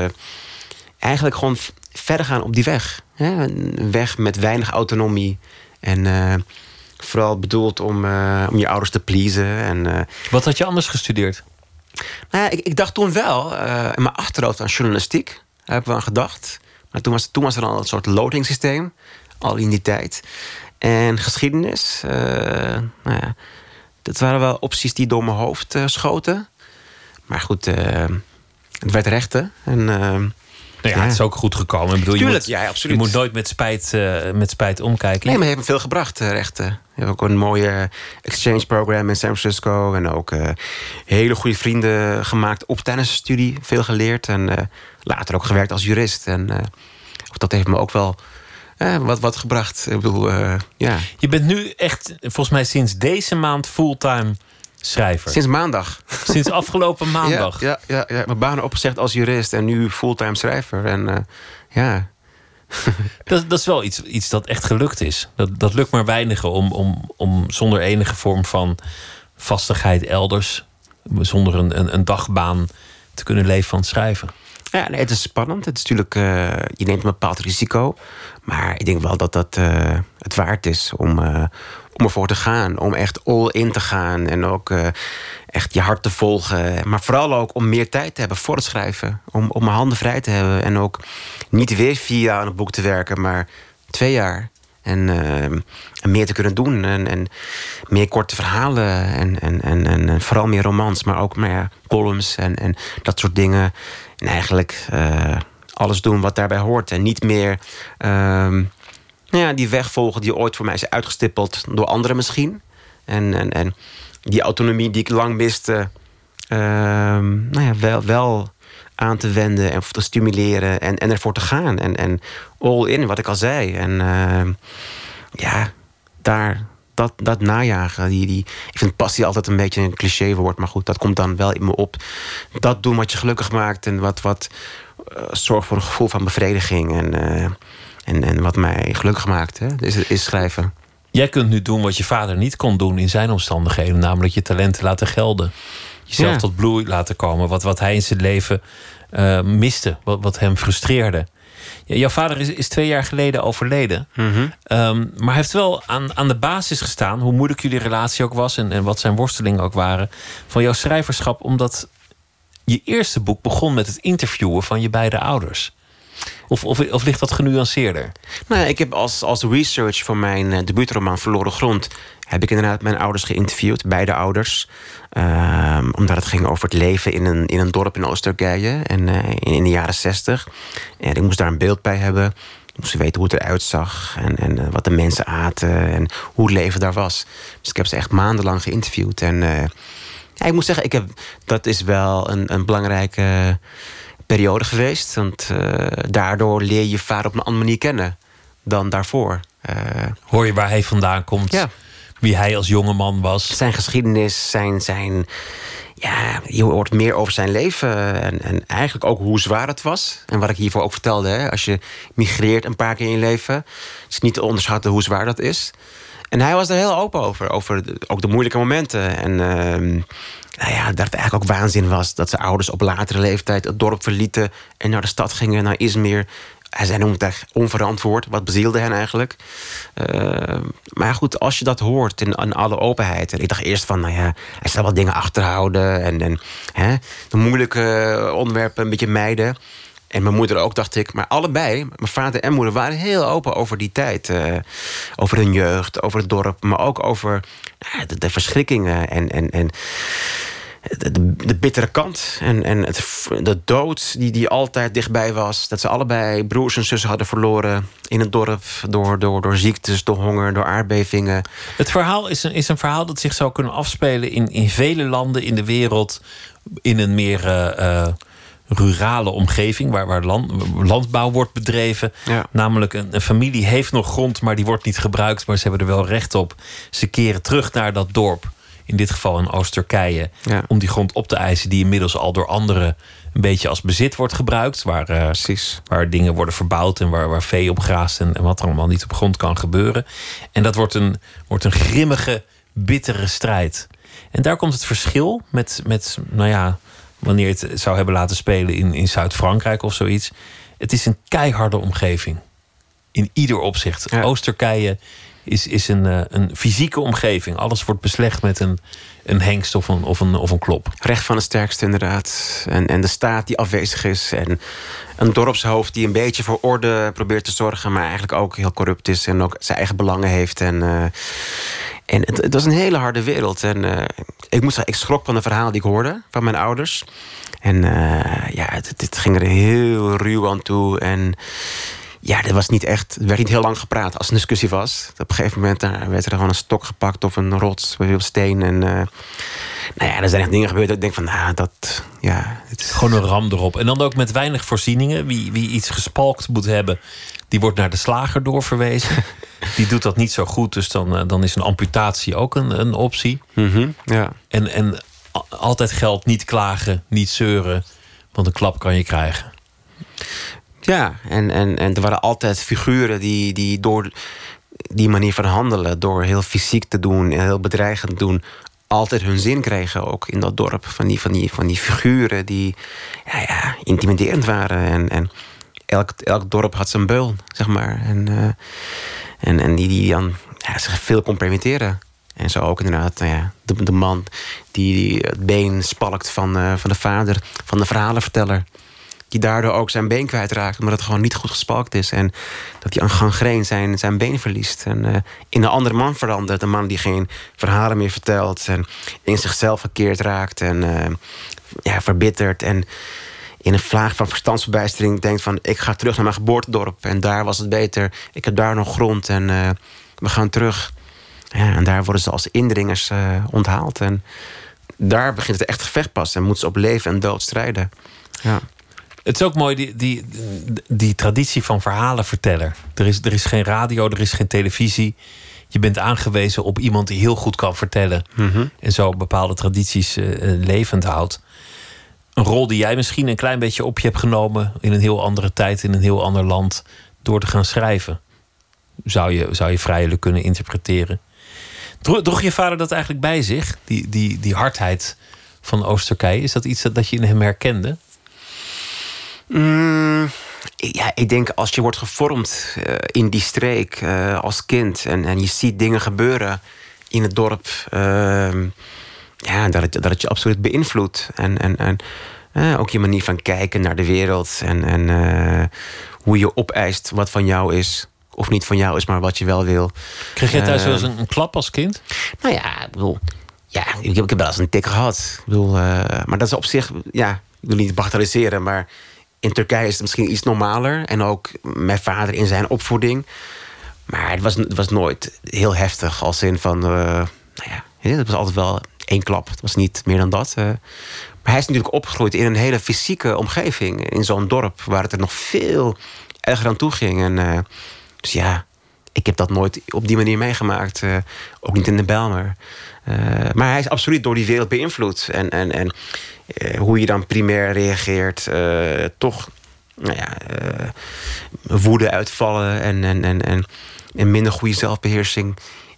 Eigenlijk gewoon verder gaan op die weg. Hè? Een weg met weinig autonomie. En vooral bedoeld om je ouders te pleasen. En, Wat had je anders gestudeerd? nou ja, ik dacht toen wel in mijn achterhoofd aan journalistiek. Daar heb ik wel aan gedacht. Maar toen was er al een soort lotingsysteem. Al in die tijd. En geschiedenis. Nou ja, dat waren wel opties die door mijn hoofd schoten. Maar goed, het werd rechten. En Nou ja, het is ook goed gekomen. Ik bedoel, Tuurlijk, ja, absoluut. Je moet nooit met spijt omkijken. Nee, maar je hebt me veel gebracht, rechten. Je hebt ook een mooie exchange program in San Francisco. En ook hele goede vrienden gemaakt tijdens de studie. Veel geleerd en later ook gewerkt als jurist. En dat heeft me ook wel wat gebracht. Ik bedoel, ja. Je bent nu echt, volgens mij sinds deze maand fulltime schrijver. Sinds maandag. Sinds afgelopen maandag. Ja. Mijn baan opgezegd als jurist en nu fulltime schrijver. En ja. Dat is wel iets dat echt gelukt is. Dat lukt maar weinigen om zonder enige vorm van vastigheid elders, zonder een dagbaan te kunnen leven van het schrijven. Ja, nee, het is spannend. Het is natuurlijk, je neemt een bepaald risico. Maar ik denk wel dat dat het waard is om ervoor te gaan. Om echt all in te gaan. En ook echt je hart te volgen. Maar vooral ook om meer tijd te hebben voor het schrijven. Om mijn handen vrij te hebben. En ook niet weer 4 jaar aan het boek te werken, maar 2 jaar. En meer te kunnen doen. En meer korte verhalen. En vooral meer romans. Maar ook columns en dat soort dingen. En eigenlijk alles doen wat daarbij hoort. En niet meer die weg volgen die ooit voor mij is uitgestippeld door anderen misschien. En die autonomie die ik lang miste, wel aan te wenden en te stimuleren en ervoor te gaan. En all in, wat ik al zei. En daar dat najagen. Ik vind passie altijd een beetje een clichéwoord, maar goed, dat komt dan wel in me op. Dat doen wat je gelukkig maakt en wat zorgt voor een gevoel van bevrediging. En wat mij gelukkig maakt, hè, is schrijven. Jij kunt nu doen wat je vader niet kon doen in zijn omstandigheden. Namelijk je talenten laten gelden. Jezelf tot bloei laten komen. Wat hij in zijn leven miste. Wat hem frustreerde. Ja, jouw vader is 2 jaar geleden overleden. Mm-hmm. Maar hij heeft wel aan de basis gestaan. Hoe moeilijk jullie relatie ook was. En wat zijn worstelingen ook waren. Van jouw schrijverschap. Omdat je eerste boek begon met het interviewen van je beide ouders. Of ligt dat genuanceerder? Nou ja, ik heb als research voor mijn debuutroman Verloren Grond... heb ik inderdaad mijn ouders geïnterviewd, beide ouders. Omdat het ging over het leven in een dorp in Oost-Turkije in de jaren 60. En ik moest daar een beeld bij hebben. Ik moest weten hoe het eruit zag en wat de mensen aten en hoe het leven daar was. Dus ik heb ze echt maandenlang geïnterviewd. En ik moet zeggen, dat is wel een belangrijke periode geweest. Want daardoor leer je vader op een andere manier kennen dan daarvoor. Hoor je waar hij vandaan komt? Ja. Wie hij als jongeman was? Zijn geschiedenis, je hoort meer over zijn leven. En eigenlijk ook hoe zwaar het was. En wat ik hiervoor ook vertelde. Hè, als je migreert een paar keer in je leven. Het is niet te onderschatten hoe zwaar dat is. En hij was er heel open over. Over ook de moeilijke momenten. En dat het eigenlijk ook waanzin was. Dat zijn ouders op latere leeftijd het dorp verlieten. En naar de stad gingen, naar Izmir. Hij noemde het echt onverantwoord. Wat bezielde hen eigenlijk? Maar goed, als je dat hoort in alle openheid. En ik dacht eerst van, hij zal wel dingen achterhouden. En de moeilijke onderwerpen een beetje mijden. En mijn moeder ook, dacht ik. Maar allebei, mijn vader en moeder, waren heel open over die tijd. Over hun jeugd, over het dorp. Maar ook over de verschrikkingen en de bittere kant en de dood die altijd dichtbij was. Dat ze allebei broers en zussen hadden verloren in het dorp. Door ziektes, door honger, door aardbevingen. Het verhaal is een verhaal dat zich zou kunnen afspelen in vele landen in de wereld. In een meer rurale omgeving waar landbouw wordt bedreven. Ja. Namelijk een familie heeft nog grond, maar die wordt niet gebruikt. Maar ze hebben er wel recht op. Ze keren terug naar dat dorp. In dit geval in Oost-Turkije. Ja. Om die grond op te eisen die inmiddels al door anderen een beetje als bezit wordt gebruikt. Waar dingen worden verbouwd en waar vee op graast en wat er allemaal niet op grond kan gebeuren. En dat wordt een grimmige, bittere strijd. En daar komt het verschil met wanneer je het zou hebben laten spelen in Zuid-Frankrijk of zoiets. Het is een keiharde omgeving. In ieder opzicht. Ja. Oost-Turkije is een fysieke omgeving. Alles wordt beslecht met een hengst of een klop. Recht van de sterkste inderdaad. En de staat die afwezig is. En een dorpshoofd die een beetje voor orde probeert te zorgen, maar eigenlijk ook heel corrupt is en ook zijn eigen belangen heeft. En het was een hele harde wereld. En ik moet zeggen, ik schrok van de verhalen die ik hoorde van mijn ouders. En het ging er heel ruw aan toe. En ja, er werd niet heel lang gepraat als een discussie was. Op een gegeven moment werd er gewoon een stok gepakt of een rots, een steen. En er zijn echt dingen gebeurd dat ik denk van, het is gewoon een ram erop. En dan ook met weinig voorzieningen. Wie iets gespalkt moet hebben, die wordt naar de slager doorverwezen. Die doet dat niet zo goed, dus dan is een amputatie ook een optie. Mm-hmm, ja. En altijd geldt, niet klagen, niet zeuren, want een klap kan je krijgen. Ja, en er waren altijd figuren die door die manier van handelen, door heel fysiek te doen en heel bedreigend te doen, altijd hun zin kregen ook in dat dorp. Van die figuren die intimiderend waren. En elk dorp had zijn beul, zeg maar. En die dan zich veel compromitteren. En zo ook inderdaad de man die het been spalkt van de vader, van de verhalenverteller. Die daardoor ook zijn been kwijtraakt, omdat het gewoon niet goed gespalkt is. En dat hij aan gangreen zijn been verliest. En in een andere man verandert. Een man die geen verhalen meer vertelt. En in zichzelf verkeerd raakt. En verbitterd. En in een vlaag van verstandsverbijstering denkt van, ik ga terug naar mijn geboortedorp. En daar was het beter. Ik heb daar nog grond. En we gaan terug. Ja, en daar worden ze als indringers onthaald. En daar begint het echt gevecht pas. En moeten ze op leven en dood strijden. Ja. Het is ook mooi, die traditie van verhalenverteller. Er is geen radio, er is geen televisie. Je bent aangewezen op iemand die heel goed kan vertellen. En zo bepaalde tradities levend houdt. Een rol die jij misschien een klein beetje op je hebt genomen in een heel andere tijd, in een heel ander land, door te gaan schrijven. Zou je vrijelijk kunnen interpreteren. Droeg je vader dat eigenlijk bij zich? Die hardheid van Oost-Turkije? Is dat iets dat je in hem herkende? Ja, ik denk als je wordt gevormd in die streek als kind en je ziet dingen gebeuren in het dorp, dat het je absoluut beïnvloedt. En ook je manier van kijken naar de wereld en hoe je opeist wat van jou is. Of niet van jou is, maar wat je wel wil. Kreeg jij thuis wel eens een klap als kind? Nou ja, ik bedoel, ik heb wel eens een tik gehad. Ik bedoel, maar dat is op zich, ik wil niet bagatelliseren, maar in Turkije is het misschien iets normaler. En ook mijn vader in zijn opvoeding. Maar het was nooit heel heftig. Als in van, het was altijd wel 1 klap. Het was niet meer dan dat. Maar hij is natuurlijk opgegroeid in een hele fysieke omgeving. In zo'n dorp waar het er nog veel erger aan toe ging. En dus ik heb dat nooit op die manier meegemaakt. Ook niet in de Bijlmer. Maar hij is absoluut door die wereld beïnvloed. En hoe je dan primair reageert. Toch woede uitvallen. En minder goede zelfbeheersing.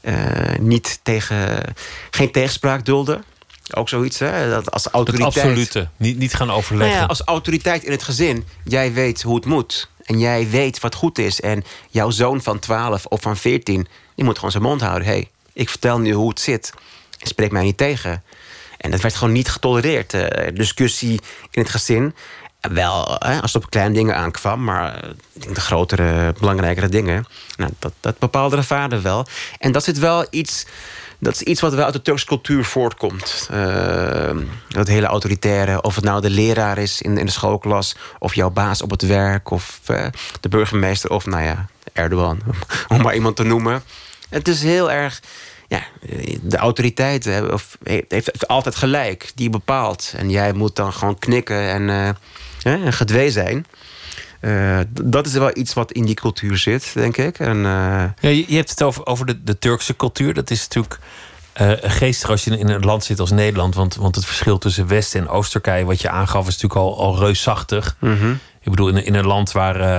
Geen tegenspraak dulden. Ook zoiets, hè? Dat als autoriteit. Het absolute. Niet gaan overleggen. Als autoriteit in het gezin. Jij weet hoe het moet. En jij weet wat goed is. En jouw zoon van 12 of van 14... die moet gewoon zijn mond houden. Hey, ik vertel nu hoe het zit. En spreek mij niet tegen. En dat werd gewoon niet getolereerd. Discussie in het gezin. Wel, als het op kleine dingen aankwam. Maar ik denk de grotere, belangrijkere dingen. Nou, dat bepaalde de vader wel. En dat zit wel iets... Dat is iets wat wel uit de Turkse cultuur voortkomt. Dat hele autoritaire, of het nou de leraar is in de schoolklas... of jouw baas op het werk, of de burgemeester... of Erdogan, om maar iemand te noemen. Het is heel erg... de autoriteit heeft altijd gelijk, die bepaalt. En jij moet dan gewoon knikken en gedwee zijn... dat is wel iets wat in die cultuur zit, denk ik. En, je hebt het over de Turkse cultuur. Dat is natuurlijk geestig als je in een land zit als Nederland. Want het verschil tussen West- en Oost-Turkije... wat je aangaf, is natuurlijk al reusachtig. Ik bedoel, in een land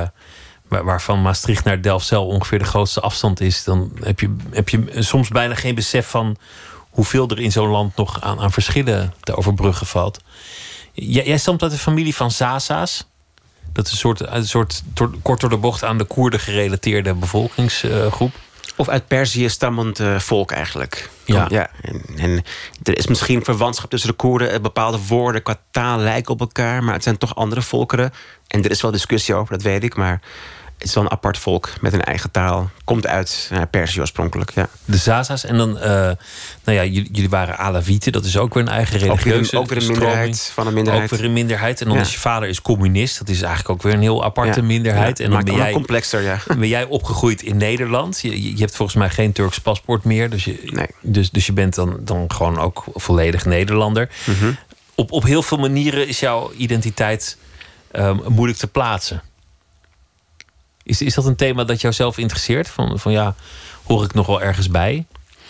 waarvan Maastricht naar Delfzijl... ongeveer de grootste afstand is... dan heb je soms bijna geen besef van... hoeveel er in zo'n land nog aan verschillen te overbruggen valt. Jij stamt uit de familie van Zaza's. Dat is een soort kort door de bocht aan de Koerden gerelateerde bevolkingsgroep. Of uit Perzië stammend volk eigenlijk. Ja. En er is misschien verwantschap tussen de Koerden. Bepaalde woorden qua taal lijken op elkaar. Maar het zijn toch andere volkeren. En er is wel discussie over, dat weet ik. Maar het is wel een apart volk met een eigen taal. Komt uit Perzië oorspronkelijk, ja. De Zaza's. En dan, jullie waren Alawieten. Dat is ook weer een eigen religieuze ook weer een minderheid van een minderheid. Ook weer een minderheid. En dan is je vader is communist. Dat is eigenlijk ook weer een heel aparte minderheid. En dan maakt het complexer, ja. Ben jij opgegroeid in Nederland. Je hebt volgens mij geen Turks paspoort meer. Dus je bent dan gewoon ook volledig Nederlander. Op heel veel manieren is jouw identiteit moeilijk te plaatsen. Is dat een thema dat jou zelf interesseert? Van hoor ik nog wel ergens bij?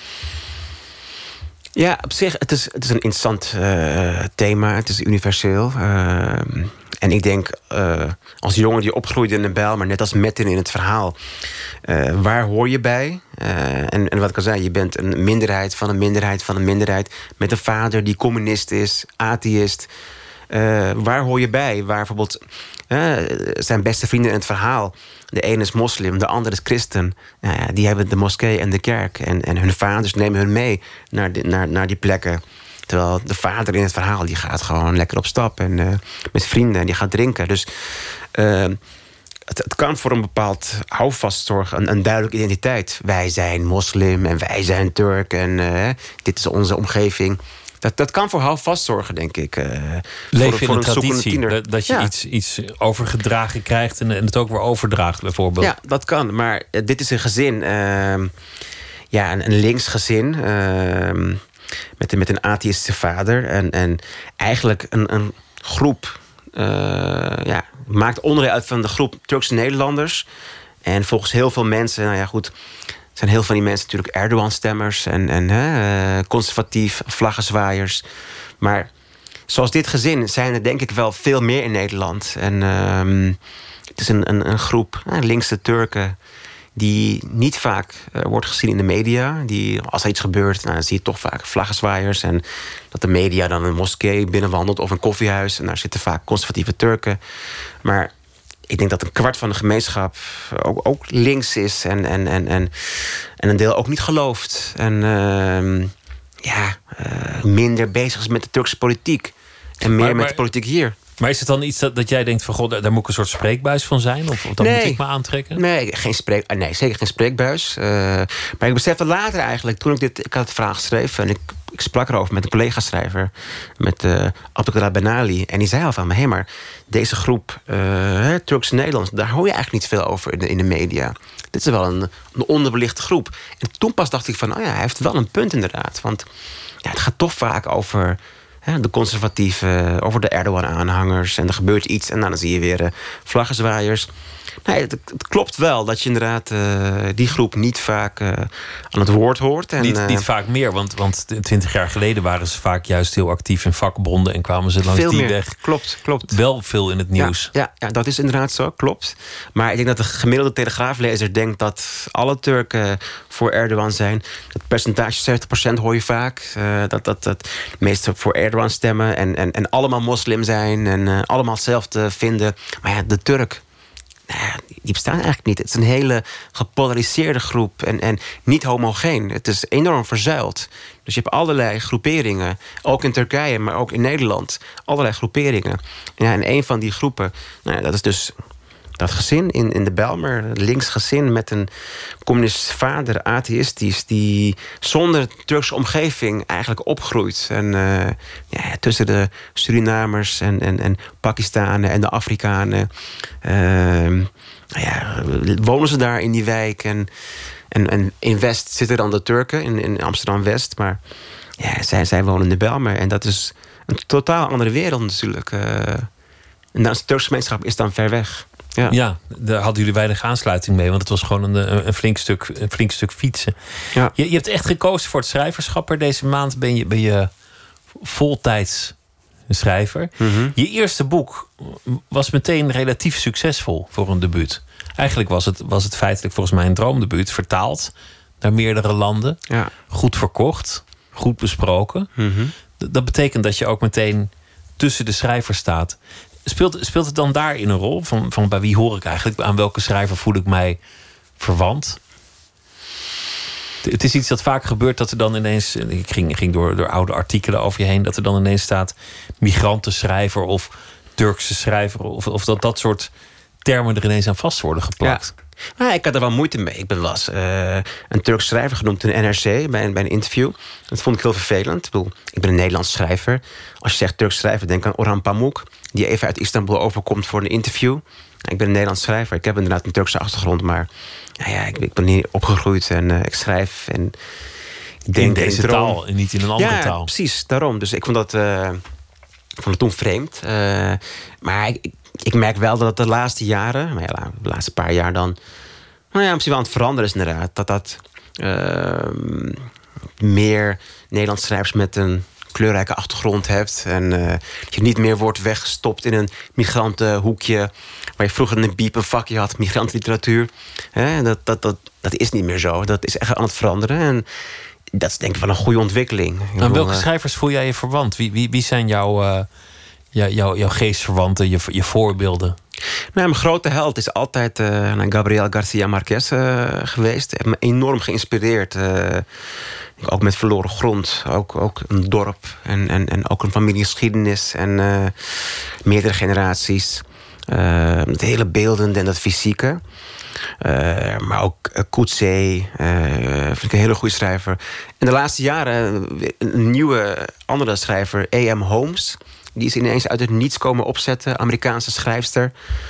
Ja, op zich, het is een interessant thema. Het is universeel. En ik denk, als jongen die opgroeide in de Bijl... maar net als Metin in het verhaal... waar hoor je bij? En wat ik al zei, je bent een minderheid van een minderheid van een minderheid... met een vader die communist is, atheïst... waar hoor je bij? Waar bijvoorbeeld zijn beste vrienden in het verhaal... de ene is moslim, de andere is christen. Die hebben de moskee en de kerk. En hun vaders nemen hun mee naar die plekken. Terwijl de vader in het verhaal... die gaat gewoon lekker op stap en met vrienden en die gaat drinken. Dus het kan voor een bepaald houvast zorgen, een duidelijke identiteit. Wij zijn moslim en wij zijn Turk en dit is onze omgeving... Dat kan voor houvast zorgen, denk ik. Leef in een traditie, dat je iets overgedragen krijgt... en het ook weer overdraagt, bijvoorbeeld. Ja, dat kan. Maar dit is een gezin. Een links gezin. Met een atheïstische vader. En eigenlijk een groep... maakt onderdeel uit van de groep Turkse Nederlanders. En volgens heel veel mensen... zijn heel veel van die mensen natuurlijk Erdogan-stemmers en conservatief, vlaggenzwaaiers. Maar zoals dit gezin zijn er denk ik wel veel meer in Nederland. En het is een groep linkse Turken die niet vaak wordt gezien in de media. Die, als er iets gebeurt, dan zie je toch vaak vlaggenzwaaiers. En dat de media dan een moskee binnenwandelt of een koffiehuis. En daar zitten vaak conservatieve Turken. Maar ik denk dat een kwart van de gemeenschap ook links is. En een deel ook niet gelooft. En minder bezig is met de Turkse politiek. En meer met de politiek hier. Maar is het dan iets dat jij denkt van... God, daar moet ik een soort spreekbuis van zijn? Of dat moet ik me aantrekken? Nee, zeker geen spreekbuis. Maar ik besefte later eigenlijk, toen ik had het verhaal geschreven... en ik sprak erover met een collega-schrijver... met Abdelkader Benali. En die zei al van, hé, maar deze groep Turkse Nederlands... daar hoor je eigenlijk niet veel over in de media. Dit is wel een onderbelichte groep. En toen pas dacht ik van, hij heeft wel een punt inderdaad. Want het gaat toch vaak over... de conservatieven, over de Erdogan-aanhangers. En er gebeurt iets en dan zie je weer vlaggenzwaaiers. Nee, het klopt wel dat je inderdaad die groep niet vaak aan het woord hoort. En, niet vaak meer, want 20 jaar geleden waren ze vaak juist heel actief in vakbonden... en kwamen ze langs die weg. Klopt. Wel veel in het nieuws. Ja, dat is inderdaad zo, klopt. Maar ik denk dat de gemiddelde Telegraaflezer denkt... dat alle Turken voor Erdogan zijn. Het percentage 70% hoor je vaak. Dat de meesten voor Erdogan stemmen en allemaal moslim zijn... en allemaal hetzelfde vinden. Maar ja, de Turk... die bestaan eigenlijk niet. Het is een hele gepolariseerde groep en niet homogeen. Het is enorm verzuild. Dus je hebt allerlei groeperingen. Ook in Turkije, maar ook in Nederland. Allerlei groeperingen. En een van die groepen, dat is dus dat gezin in de Bijlmer. Een links gezin met een communist vader, atheïstisch... die zonder Turkse omgeving eigenlijk opgroeit. En tussen de Surinamers en Pakistanen en de Afrikanen... wonen ze daar in die wijk. En in West zitten dan de Turken, in Amsterdam-West. Maar zij wonen in de Bijlmer. En dat is een totaal andere wereld natuurlijk. En de Turkse gemeenschap is dan ver weg. Ja, daar hadden jullie weinig aansluiting mee... want het was gewoon een flink stuk fietsen. Ja. Je hebt echt gekozen voor het schrijverschap. Deze maand ben je voltijds schrijver. Mm-hmm. Je eerste boek was meteen relatief succesvol voor een debuut. Eigenlijk was het feitelijk volgens mij een droomdebuut... vertaald naar meerdere landen. Ja. Goed verkocht, goed besproken. Mm-hmm. Dat betekent dat je ook meteen tussen de schrijvers staat... Speelt het dan daarin een rol? Van bij wie hoor ik eigenlijk? Aan welke schrijver voel ik mij verwant? Het is iets dat vaak gebeurt dat er dan ineens... Ik ging door oude artikelen over je heen... dat er dan ineens staat migrantenschrijver of Turkse schrijver... of dat soort termen er ineens aan vast worden geplakt. Ja. Ik had er wel moeite mee. Ik ben wel eens een Turkse schrijver genoemd in NRC bij een interview. Dat vond ik heel vervelend. Ik ben een Nederlands schrijver. Als je zegt Turkse schrijver, denk aan Orhan Pamuk... die even uit Istanbul overkomt voor een interview. Ik ben een Nederlands schrijver. Ik heb inderdaad een Turkse achtergrond... maar ik ben hier opgegroeid en ik schrijf... en ik denk in deze taal en niet in een andere taal. Ja, precies, daarom. Dus ik vond het toen vreemd. Maar ik merk wel dat de laatste jaren... de laatste paar jaar dan... misschien wel aan het veranderen is inderdaad. Dat meer Nederlandse schrijvers met een kleurrijke achtergrond hebt. En dat je niet meer wordt weggestopt in een migrantenhoekje... waar je vroeger een vakje had, migrantenliteratuur. Dat is niet meer zo. Dat is echt aan het veranderen. En dat is denk ik wel een goede ontwikkeling. Aan welke schrijvers voel jij je verwant? Wie zijn jouw geestverwanten, je voorbeelden? Mijn grote held is altijd Gabriel García Márquez geweest. Hij heeft me enorm geïnspireerd. Ook met Verloren Grond. Ook een dorp. En ook een familiegeschiedenis. En meerdere generaties. Het hele beeldende en dat fysieke. Maar ook Coetzee. Vind ik een hele goede schrijver. En de laatste jaren een nieuwe andere schrijver. A.M. Holmes. Die is ineens uit het niets komen opzetten. Amerikaanse schrijfster.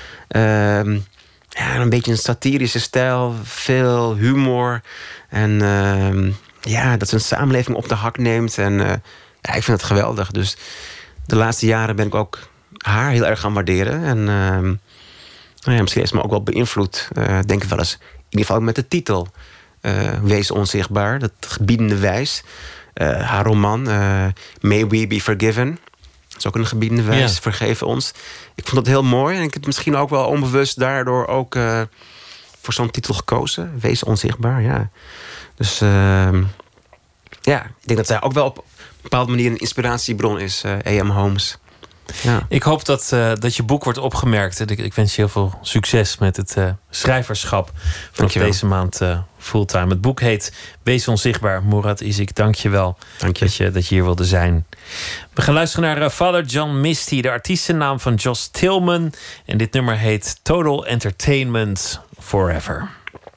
Een beetje een satirische stijl. Veel humor. En dat ze een samenleving op de hak neemt. En ik vind het geweldig. Dus de laatste jaren ben ik ook haar heel erg gaan waarderen. En misschien is me ook wel beïnvloed. Denk ik wel eens. In ieder geval met de titel. Wees onzichtbaar. Dat gebiedende wijs. Haar roman, May We Be Forgiven. Dat is ook een gebiedende wijs. Ja. Vergeef ons. Ik vond dat heel mooi. En ik heb misschien ook wel onbewust daardoor ook voor zo'n titel gekozen. Wees onzichtbaar, ja. Dus ja, ik denk dat zij ook wel op een bepaalde manier een inspiratiebron is, A.M. Homes. Ja. Ik hoop dat je boek wordt opgemerkt. Ik wens je heel veel succes met het schrijverschap vanaf deze maand fulltime. Het boek heet Wees onzichtbaar. Murat Isik, dank je wel dat je hier wilde zijn. We gaan luisteren naar Father John Misty, de artiestennaam van Josh Tillman. En dit nummer heet Total Entertainment Forever.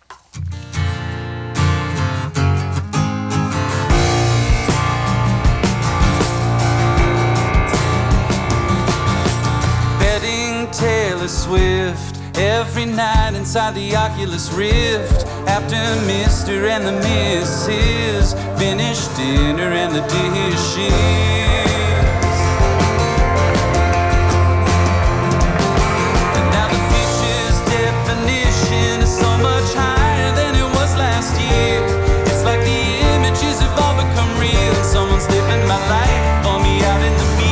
Taylor Swift every night inside the Oculus Rift. After Mr. and the Mrs. finish dinner and the dishes. And now the fish's definition is so much higher than it was last year. It's like the images have all become real. Someone's living my life for me out in the mirror.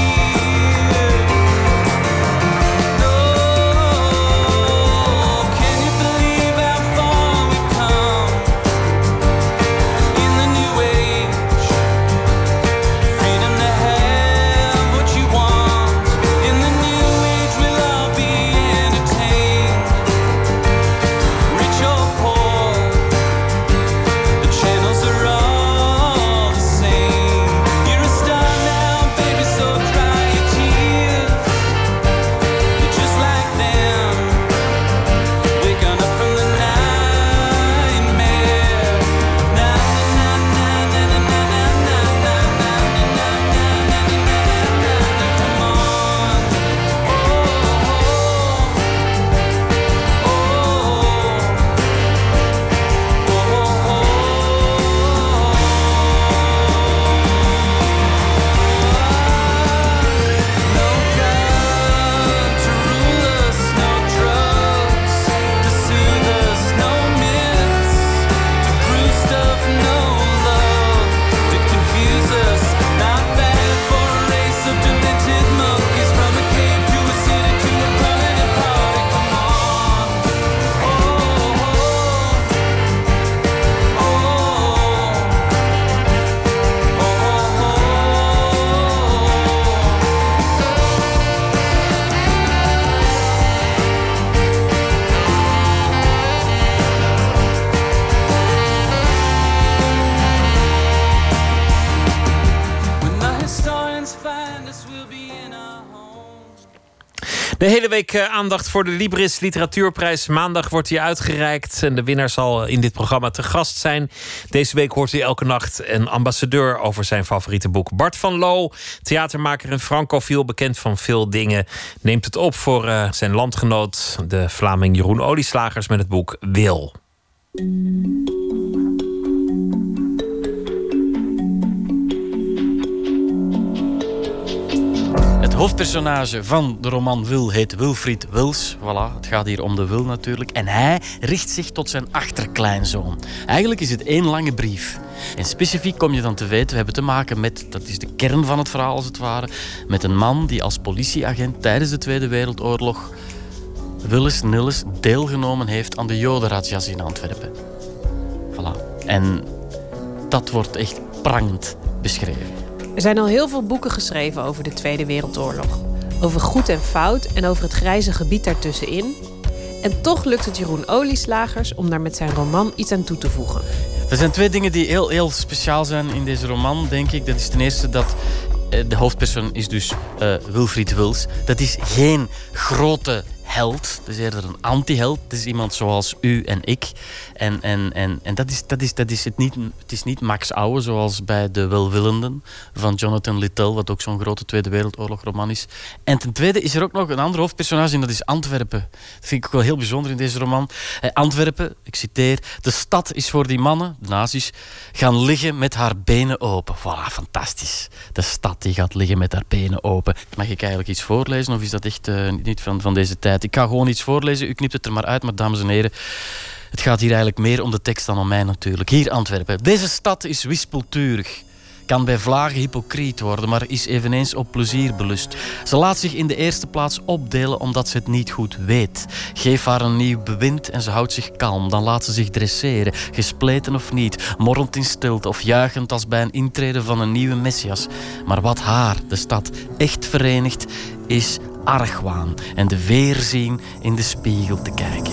De hele week aandacht voor de Libris Literatuurprijs. Maandag wordt die uitgereikt en de winnaar zal in dit programma te gast zijn. Deze week hoort u elke nacht een ambassadeur over zijn favoriete boek. Bart van Loo, theatermaker en francofiel, bekend van veel dingen, neemt het op voor zijn landgenoot, de Vlaming Jeroen Olieslagers, met het boek Wil. Het hoofdpersonage van de roman Wil heet Wilfried Wils. Voilà, het gaat hier om de wil natuurlijk. En hij richt zich tot zijn achterkleinzoon. Eigenlijk is het één lange brief. En specifiek kom je dan te weten, we hebben te maken met, dat is de kern van het verhaal als het ware, met een man die als politieagent tijdens de Tweede Wereldoorlog willens nillens deelgenomen heeft aan de Jodenrazzia's in Antwerpen. Voilà. En dat wordt echt prangend beschreven. Er zijn al heel veel boeken geschreven over de Tweede Wereldoorlog. Over goed en fout en over het grijze gebied daartussenin. En toch lukt het Jeroen Olieslagers om daar met zijn roman iets aan toe te voegen. Er zijn twee dingen die heel speciaal zijn in deze roman, denk ik. Dat is ten eerste dat de hoofdpersoon is dus Wilfried Wils. Dat is geen grote held. Dat is eerder een anti-held. Het is iemand zoals u en ik. En dat is het niet. Het is niet Max Ouwe, zoals bij De Welwillenden van Jonathan Littell, wat ook zo'n grote Tweede Wereldoorlog roman is. En ten tweede is er ook nog een ander hoofdpersonage en dat is Antwerpen. Dat vind ik ook wel heel bijzonder in deze roman. Antwerpen, ik citeer, de stad is voor die mannen, de nazi's, gaan liggen met haar benen open. Voilà, fantastisch. De stad die gaat liggen met haar benen open. Mag ik eigenlijk iets voorlezen of is dat echt niet van deze tijd? Ik ga gewoon iets voorlezen, u knipt het er maar uit, maar dames en heren. Het gaat hier eigenlijk meer om de tekst dan om mij natuurlijk. Hier Antwerpen. Deze stad is wispelturig. Kan bij vlagen hypocriet worden, maar is eveneens op plezier belust. Ze laat zich in de eerste plaats opdelen omdat ze het niet goed weet. Geef haar een nieuw bewind en ze houdt zich kalm. Dan laat ze zich dresseren, gespleten of niet, morrend in stilte of juichend als bij een intrede van een nieuwe Messias. Maar wat haar, de stad, echt verenigt, is argwaan en de weerzien in de spiegel te kijken.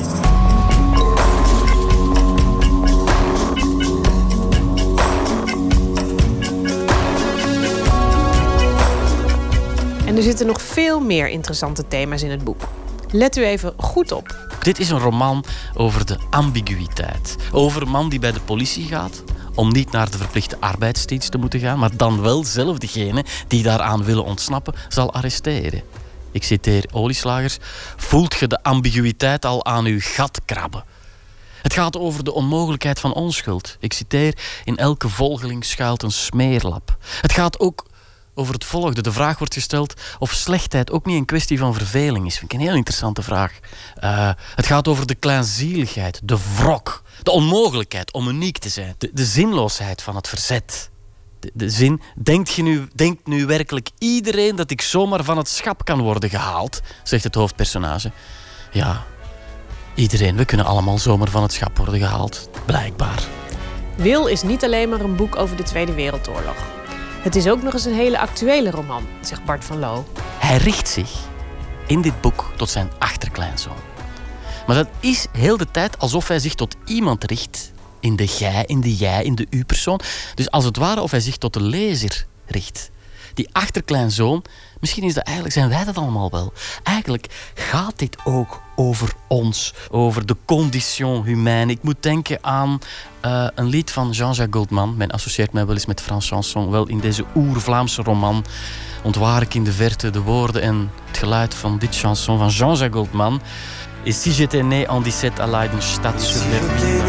En er zitten nog veel meer interessante thema's in het boek. Let u even goed op. Dit is een roman over de ambiguïteit. Over een man die bij de politie gaat om niet naar de verplichte arbeidsdienst te moeten gaan, maar dan wel zelf degene die daaraan willen ontsnappen zal arresteren. Ik citeer Olieslagers. Voelt je de ambiguïteit al aan uw gat krabben? Het gaat over de onmogelijkheid van onschuld. Ik citeer, in elke volgeling schuilt een smeerlap. Het gaat ook over het volgende. De vraag wordt gesteld of slechtheid ook niet een kwestie van verveling is. Vind ik een heel interessante vraag. Het gaat over de kleinzieligheid, de wrok, de onmogelijkheid om uniek te zijn, de zinloosheid van het verzet. De zin, denkt nu werkelijk iedereen dat ik zomaar van het schap kan worden gehaald, zegt het hoofdpersonage. Ja, iedereen, we kunnen allemaal zomaar van het schap worden gehaald, blijkbaar. Wil is niet alleen maar een boek over de Tweede Wereldoorlog. Het is ook nog eens een hele actuele roman, zegt Bart van Loo. Hij richt zich in dit boek tot zijn achterkleinzoon. Maar dat is heel de tijd alsof hij zich tot iemand richt. In de gij, in de jij, in de u-persoon. Dus als het ware of hij zich tot de lezer richt. Die achterkleinzoon, misschien is dat eigenlijk, zijn wij dat allemaal wel. Eigenlijk gaat dit ook over ons, over de condition humaine. Ik moet denken aan een lied van Jean-Jacques Goldman. Men associeert mij wel eens met Frans Chanson. Wel, in deze oer-Vlaamse roman ontwaar ik in de verte de woorden en het geluid van dit chanson van Jean-Jacques Goldman. Et si j'étais né en 17 à Leidenstadt sur les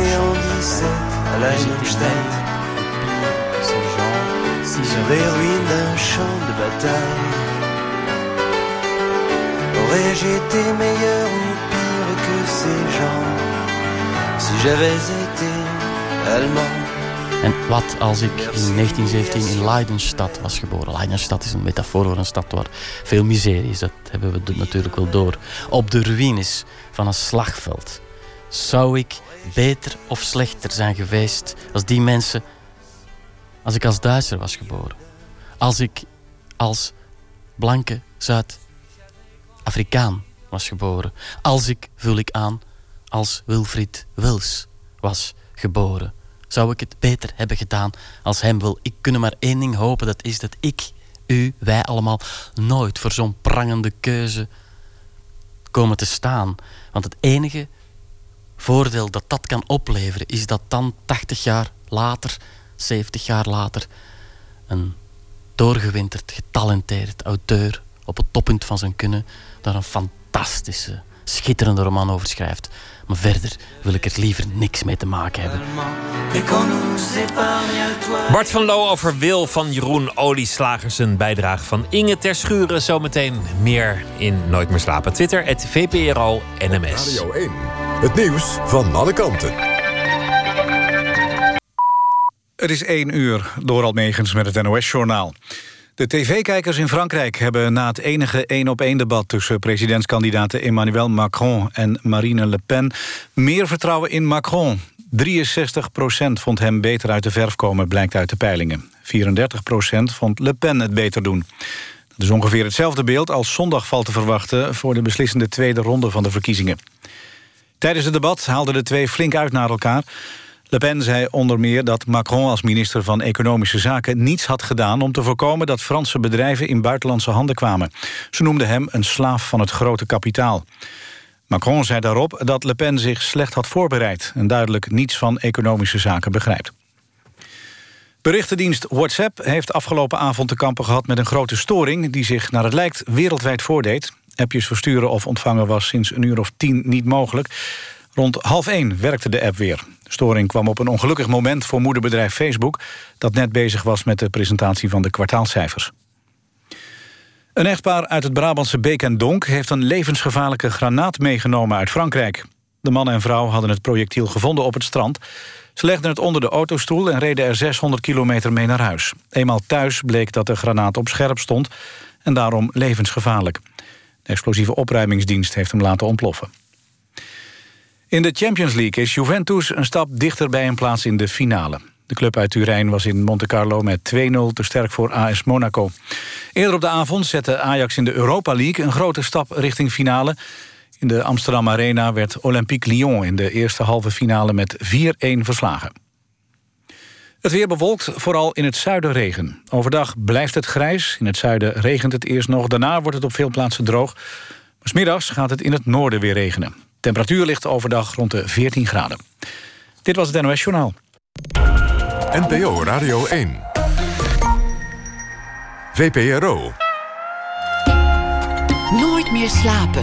sur les ruines d'un champ de bataille. Aurais-je été meilleur ou pire que ces gens si j'avais été allemand? En wat als ik in 1917 in Leidenstadt was geboren? Leidenstadt is een metafoor voor een stad waar veel miserie is. Dat hebben we natuurlijk wel door. Op de ruïnes van een slagveld. Zou ik beter of slechter zijn geweest als die mensen, als ik als Duitser was geboren? Als ik als blanke Zuid-Afrikaan was geboren? Als ik, vul ik aan, als Wilfried Wils was geboren? Zou ik het beter hebben gedaan als hem wel? Ik kan maar één ding hopen, dat is dat ik, u, wij allemaal nooit voor zo'n prangende keuze komen te staan. Want het enige voordeel dat dat kan opleveren is dat dan 80 jaar later, 70 jaar later, een doorgewinterd, getalenteerd auteur op het toppunt van zijn kunnen daar een fantastische, schitterende roman over schrijft. Maar verder wil ik er liever niks mee te maken hebben. Bart van Loo over Wil van Jeroen Olieslagers. Een bijdrage van Inge Terschuren. Zometeen meer in Nooit meer slapen. Twitter, @VPRO-NMS. Radio 1. Het nieuws van alle kanten. Het is 1 uur, Dorald Megens met het NOS-journaal. De tv-kijkers in Frankrijk hebben na het enige 1-op-1-debat... tussen presidentskandidaten Emmanuel Macron en Marine Le Pen... meer vertrouwen in Macron. 63% vond hem beter uit de verf komen, blijkt uit de peilingen. 34% vond Le Pen het beter doen. Dat is ongeveer hetzelfde beeld als zondag valt te verwachten... voor de beslissende tweede ronde van de verkiezingen. Tijdens het debat haalden de twee flink uit naar elkaar... Le Pen zei onder meer dat Macron als minister van Economische Zaken niets had gedaan om te voorkomen dat Franse bedrijven in buitenlandse handen kwamen. Ze noemde hem een slaaf van het grote kapitaal. Macron zei daarop dat Le Pen zich slecht had voorbereid en duidelijk niets van economische zaken begrijpt. Berichtendienst WhatsApp heeft afgelopen avond te kampen gehad met een grote storing die zich naar het lijkt wereldwijd voordeed. Appjes versturen of ontvangen was sinds 10:00 niet mogelijk. Rond 12:30 werkte de app weer. De storing kwam op een ongelukkig moment voor moederbedrijf Facebook... dat net bezig was met de presentatie van de kwartaalcijfers. Een echtpaar uit het Brabantse Beek en Donk... heeft een levensgevaarlijke granaat meegenomen uit Frankrijk. De man en vrouw hadden het projectiel gevonden op het strand. Ze legden het onder de autostoel en reden er 600 kilometer mee naar huis. Eenmaal thuis bleek dat de granaat op scherp stond en daarom levensgevaarlijk. De explosieve opruimingsdienst heeft hem laten ontploffen. In de Champions League is Juventus een stap dichter bij een plaats in de finale. De club uit Turijn was in Monte Carlo met 2-0 te sterk voor AS Monaco. Eerder op de avond zette Ajax in de Europa League een grote stap richting finale. In de Amsterdam Arena werd Olympique Lyon in de eerste halve finale met 4-1 verslagen. Het weer bewolkt, vooral in het zuiden regen. Overdag blijft het grijs, in het zuiden regent het eerst nog. Daarna wordt het op veel plaatsen droog. Maar 's middags gaat het in het noorden weer regenen. Temperatuur ligt overdag rond de 14 graden. Dit was het NOS Journaal. NPO Radio 1. VPRO. Nooit meer slapen.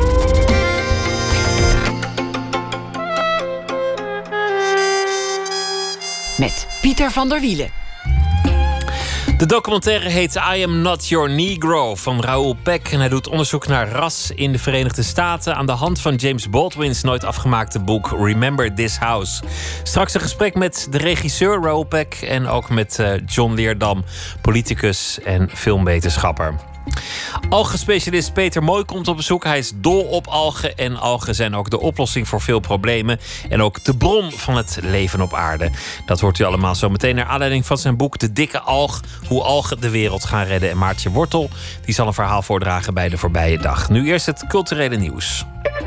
Met Pieter van der Wielen. De documentaire heet I Am Not Your Negro van Raoul Peck. En hij doet onderzoek naar ras in de Verenigde Staten aan de hand van James Baldwin's nooit afgemaakte boek Remember This House. Straks een gesprek met de regisseur Raoul Peck en ook met John Leerdam, politicus en filmwetenschapper. Algenspecialist Peter Mooi komt op bezoek. Hij is dol op algen en algen zijn ook de oplossing voor veel problemen en ook de bron van het leven op aarde. Dat hoort u allemaal zo meteen naar aanleiding van zijn boek De Dikke Alg, hoe algen de wereld gaan redden. En Maartje Wortel die zal een verhaal voordragen bij de voorbije dag. Nu eerst het culturele nieuws.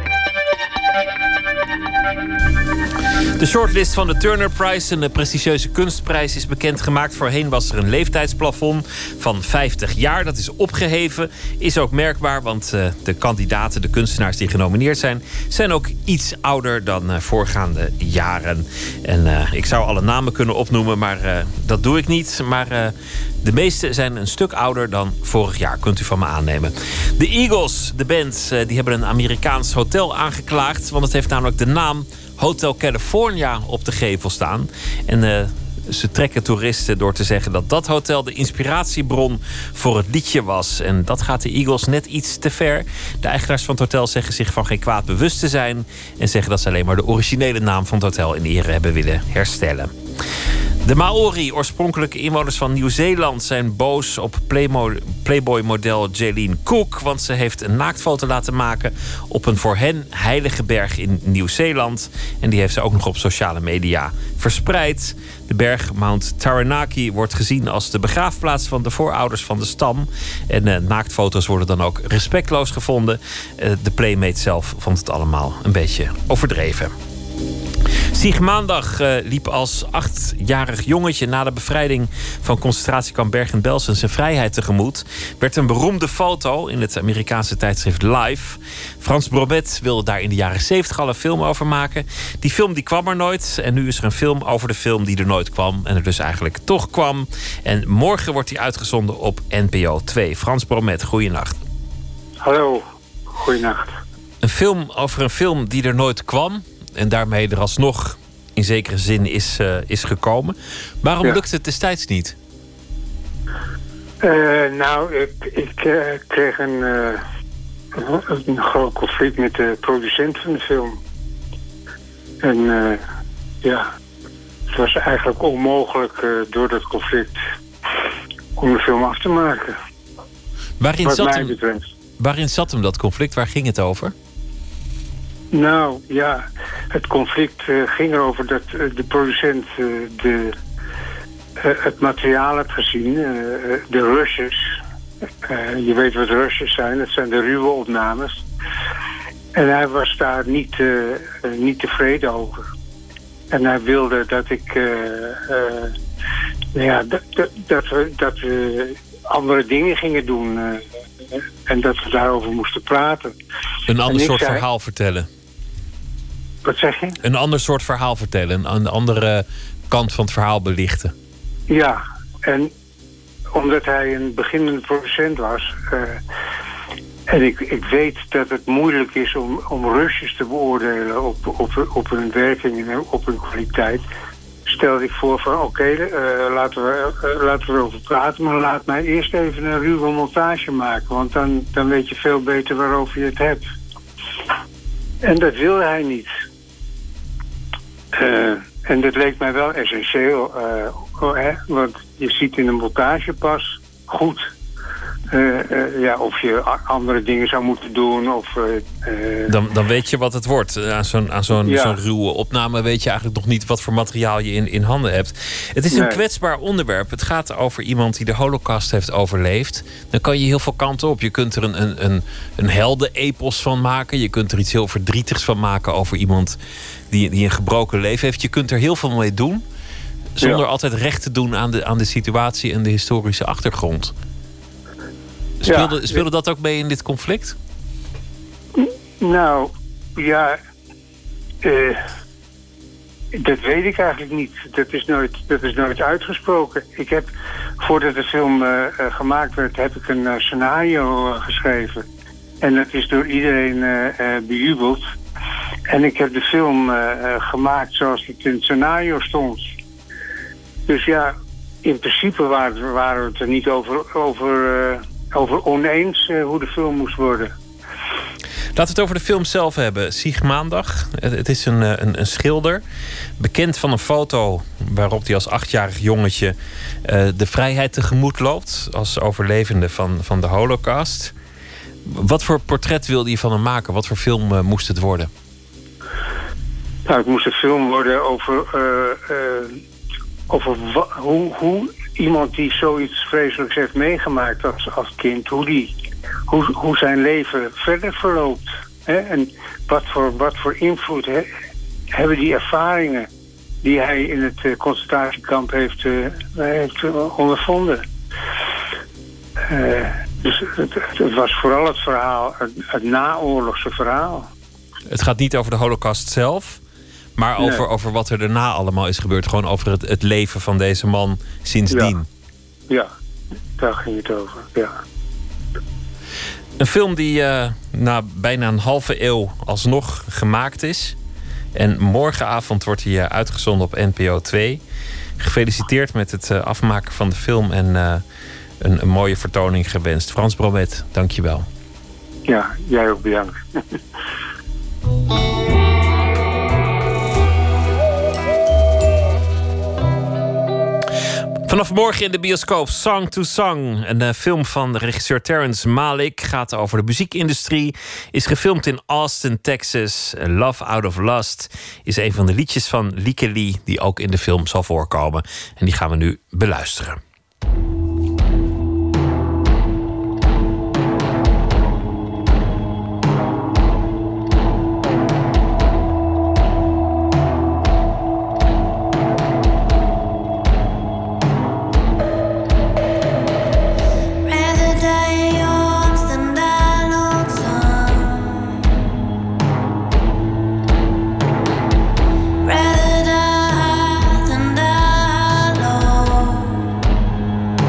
De shortlist van de Turner Prize, een prestigieuze kunstprijs, is bekendgemaakt. Voorheen was er een leeftijdsplafond van 50 jaar. Dat is opgeheven. Is ook merkbaar, want de kandidaten, de kunstenaars die genomineerd zijn ook iets ouder dan voorgaande jaren. En ik zou alle namen kunnen opnoemen, maar dat doe ik niet. Maar de meeste zijn een stuk ouder dan vorig jaar, kunt u van me aannemen. De Eagles, de band, die hebben een Amerikaans hotel aangeklaagd, want het heeft namelijk de naam Hotel California op de gevel staan. En ze trekken toeristen door te zeggen dat dat hotel de inspiratiebron voor het liedje was. En dat gaat de Eagles net iets te ver. De eigenaars van het hotel zeggen zich van geen kwaad bewust te zijn en zeggen dat ze alleen maar de originele naam van het hotel in ere hebben willen herstellen. De Maori, oorspronkelijke inwoners van Nieuw-Zeeland, zijn boos op Playboy-model Jaylene Cook, want ze heeft een naaktfoto laten maken op een voor hen heilige berg in Nieuw-Zeeland. En die heeft ze ook nog op sociale media verspreid. De berg Mount Taranaki wordt gezien als de begraafplaats van de voorouders van de stam. En naaktfoto's worden dan ook respectloos gevonden. De Playmate zelf vond het allemaal een beetje overdreven. Sieg Maandag liep als 8-jarig jongetje na de bevrijding van concentratiekamp Bergen-Belsen zijn vrijheid tegemoet. Werd een beroemde foto in het Amerikaanse tijdschrift Life. Frans Bromet wilde daar in de jaren 70 al een film over maken. Die film die kwam er nooit. En nu is er een film over de film die er nooit kwam. En er dus eigenlijk toch kwam. En morgen wordt die uitgezonden op NPO 2. Frans Bromet, goeienacht. Hallo, goeienacht. Een film over een film die er nooit kwam. En daarmee er alsnog in zekere zin is gekomen. Waarom lukt het destijds niet? Ik kreeg een groot conflict met de producent van de film. En het was eigenlijk onmogelijk door dat conflict om de film af te maken. Waarin zat hem dat conflict? Waar ging het over? Nou ja, het conflict ging erover dat de producent het materiaal had gezien, de rushes. Je weet wat rushes zijn, dat zijn de ruwe opnames. En hij was daar niet tevreden over. En hij wilde dat dat we andere dingen gingen doen. En dat we daarover moesten praten. Een ander soort verhaal vertellen. Wat zeg je? Een ander soort verhaal vertellen. Een andere kant van het verhaal belichten. Ja, en omdat hij een beginnende producent was. En ik weet dat het moeilijk is om rushes te beoordelen op hun werking en op hun kwaliteit. Stelde ik voor van laten we erover praten, maar laat mij eerst even een ruwe montage maken. Want dan weet je veel beter waarover je het hebt. En dat wilde hij niet. En dat leek mij wel essentieel. Want je ziet in een montagepas goed... of je andere dingen zou moeten doen. Dan weet je wat het wordt. Aan zo'n ruwe opname weet je eigenlijk nog niet wat voor materiaal je in handen hebt. Het is een kwetsbaar onderwerp. Het gaat over iemand die de Holocaust heeft overleefd. Dan kan je heel veel kanten op. Je kunt er een heldenepos van maken. Je kunt er iets heel verdrietigs van maken over iemand die een gebroken leven heeft. Je kunt er heel veel mee doen. Zonder altijd recht te doen aan de situatie en de historische achtergrond. Speelde dat ook mee in dit conflict? Nou, ja... dat weet ik eigenlijk niet. Dat is nooit uitgesproken. Ik heb, voordat de film gemaakt werd... heb ik een scenario geschreven. En dat is door iedereen bejubeld. En ik heb de film gemaakt zoals het in het scenario stond. Dus ja, in principe waren we het er niet over oneens hoe de film moest worden. Laten we het over de film zelf hebben. Sieg Maandag. Het is een schilder. Bekend van een foto waarop hij als 8-jarig jongetje de vrijheid tegemoet loopt. Als overlevende van de Holocaust. Wat voor portret wilde je van hem maken? Wat voor film moest het worden? Nou, het moest een film worden over hoe iemand die zoiets vreselijks heeft meegemaakt als kind, hoe zijn leven verder verloopt. Hè? En wat voor invloed hebben die ervaringen die hij in het concentratiekamp heeft ondervonden. Dus het was vooral het verhaal, het naoorlogse verhaal. Het gaat niet over de Holocaust zelf, maar over wat er daarna allemaal is gebeurd. Gewoon over het leven van deze man sindsdien. Ja, daar ging het over, ja. Een film die na bijna een halve eeuw alsnog gemaakt is. En morgenavond wordt hij uitgezonden op NPO 2. Gefeliciteerd met het afmaken van de film en een mooie vertoning gewenst. Frans Bromet, dank je wel. Ja, jij ook bedankt. Vanaf morgen in de bioscoop Song to Song. Een film van regisseur Terrence Malick. Gaat over de muziekindustrie. Is gefilmd in Austin, Texas. Love Out of Lust is een van de liedjes van Lieke Lee die ook in de film zal voorkomen. En die gaan we nu beluisteren. Rather die than die alone.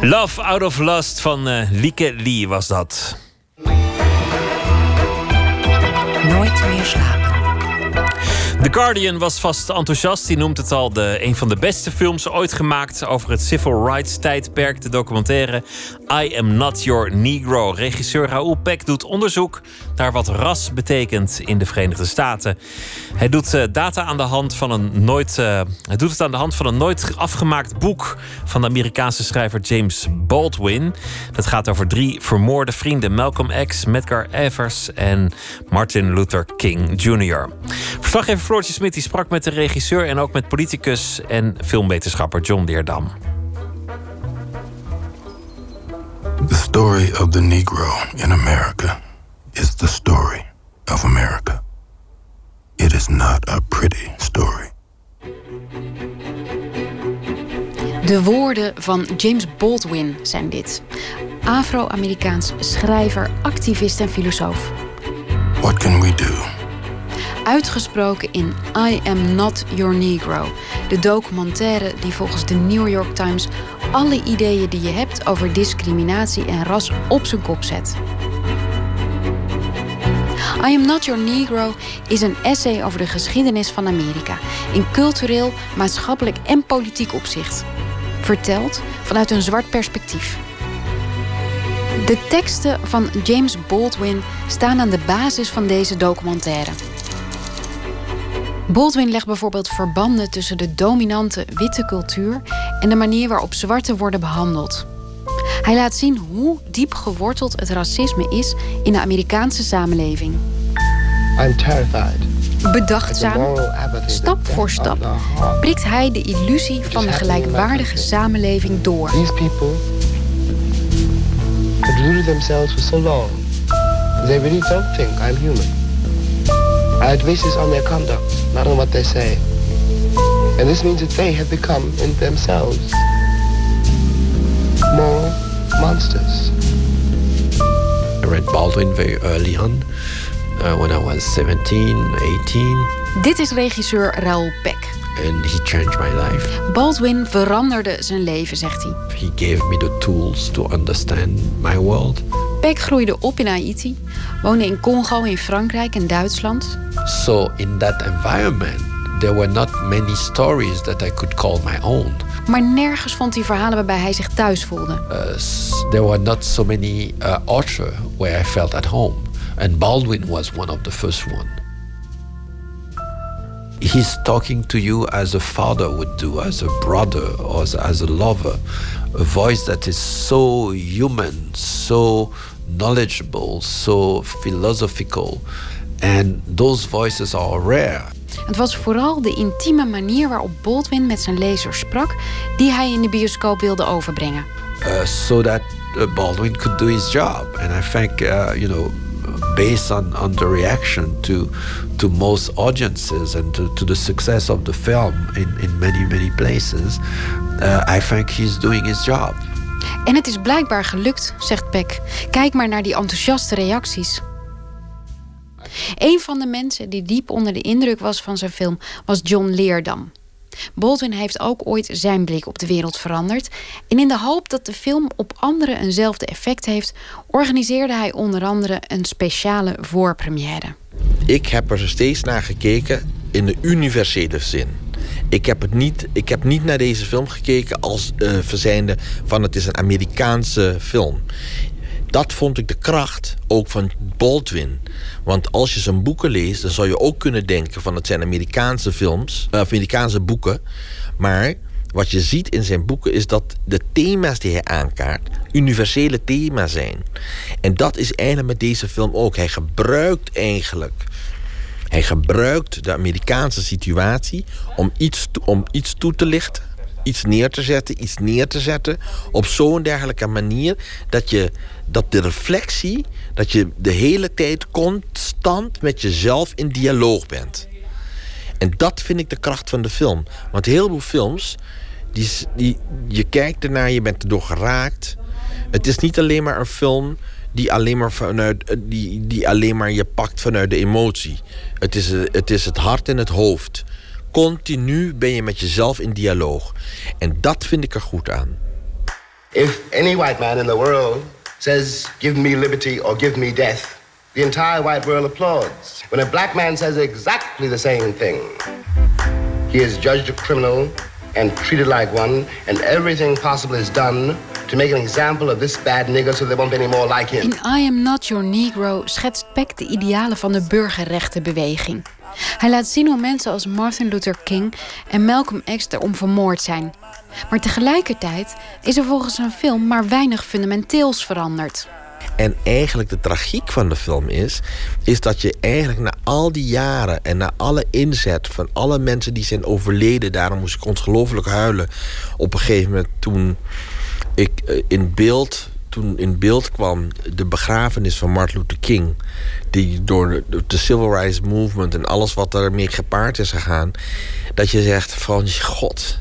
Love Out of Lust van Lieke Lee was dat. Nooit meer slapen. The Guardian was vast enthousiast. Die noemt het al een van de beste films ooit gemaakt over het civil rights tijdperk. De documentaire I Am Not Your Negro. Regisseur Raoul Peck doet onderzoek naar wat ras betekent in de Verenigde Staten. Hij doet data aan de hand van hij doet het aan de hand van een nooit afgemaakt boek van de Amerikaanse schrijver James Baldwin. Dat gaat over 3 vermoorde vrienden: Malcolm X, Medgar Evers en Martin Luther King Jr. Verslaggever Floortje Smit die sprak met de regisseur en ook met politicus en filmwetenschapper John Leerdam. The story of the Negro in America is the story of America. It is not a pretty story. De woorden van James Baldwin zijn dit. Afro-Amerikaans schrijver, activist en filosoof. What can we do? Uitgesproken in I Am Not Your Negro. De documentaire die volgens de New York Times alle ideeën die je hebt over discriminatie en ras op zijn kop zet. I Am Not Your Negro is een essay over de geschiedenis van Amerika. In cultureel, maatschappelijk en politiek opzicht. Verteld vanuit een zwart perspectief. De teksten van James Baldwin staan aan de basis van deze documentaire. Baldwin legt bijvoorbeeld verbanden tussen de dominante witte cultuur en de manier waarop zwarten worden behandeld. Hij laat zien hoe diep geworteld het racisme is in de Amerikaanse samenleving. I'm terrified. Bedachtzaam, stap voor stap, prikt hij de illusie van de gelijkwaardige samenleving door. These people have deluded themselves for so long. They really don't think I'm human. It bases on their conduct, not on what they say. And this means that they have become, in themselves, moral monsters. I read Baldwin very early on, when I was 17, 18. Dit is regisseur Raoul Peck. And he changed my life. Baldwin veranderde zijn leven, zegt hij. He gave me the tools to understand my world. Peck groeide op in Haiti, woonde in Congo, in Frankrijk en Duitsland. So in that environment, there were not many stories that I could call my own. Maar nergens vond hij verhalen waarbij hij zich thuis voelde. There were not so many authors where I felt at home. And Baldwin was one of the first one. He's talking to you as a father would do, as a brother or as a lover. A voice that is so human, so knowledgeable, so philosophical. And those voices are rare. Het was vooral de intieme manier waarop Baldwin met zijn lezers sprak, die hij in de bioscoop wilde overbrengen. So that Baldwin could do his job. And I think, based on the reaction to most audiences and to the success of the film in many places, I think he's doing his job. En het is blijkbaar gelukt, zegt Peck. Kijk maar naar die enthousiaste reacties. Een van de mensen die diep onder de indruk was van zijn film was John Leerdam. Baldwin heeft ook ooit zijn blik op de wereld veranderd. En in de hoop dat de film op anderen eenzelfde effect heeft, organiseerde hij onder andere een speciale voorpremière. Ik heb er steeds naar gekeken in de universele zin. Ik heb niet naar deze film gekeken als verzijnde van het is een Amerikaanse film. Dat vond ik de kracht ook van Baldwin. Want als je zijn boeken leest, dan zou je ook kunnen denken van het zijn Amerikaanse films, Amerikaanse boeken. Maar wat je ziet in zijn boeken is dat de thema's die hij aankaart universele thema's zijn. En dat is eigenlijk met deze film ook. Hij gebruikt de Amerikaanse situatie om iets toe te lichten. Iets neer te zetten op zo'n dergelijke manier dat de reflectie, dat je de hele tijd constant met jezelf in dialoog bent. En dat vind ik de kracht van de film. Want een heleboel films, je kijkt ernaar, je bent erdoor geraakt. Het is niet alleen maar een film die alleen maar je pakt vanuit de emotie. Het is het hart en het hoofd. Continu ben je met jezelf in dialoog. En dat vind ik er goed aan. If any white man in the world says, give me liberty or give me death, the entire white world applauds. When a black man says exactly the same thing, he is judged a criminal and treated like one, and everything possible is done to make an example of this bad nigger so there won't be any more like him. In I Am Not Your Negro schetst Peck de idealen van de burgerrechtenbeweging. Hij laat zien hoe mensen als Martin Luther King en Malcolm X erom vermoord zijn. Maar tegelijkertijd is er volgens een film maar weinig fundamenteels veranderd. En eigenlijk de tragiek van de film is dat je eigenlijk na al die jaren en na alle inzet van alle mensen die zijn overleden, daarom moest ik ongelooflijk huilen op een gegeven moment toen ik in beeld kwam de begrafenis van Martin Luther King, die door de Civil Rights Movement en alles wat ermee gepaard is gegaan, dat je zegt van God,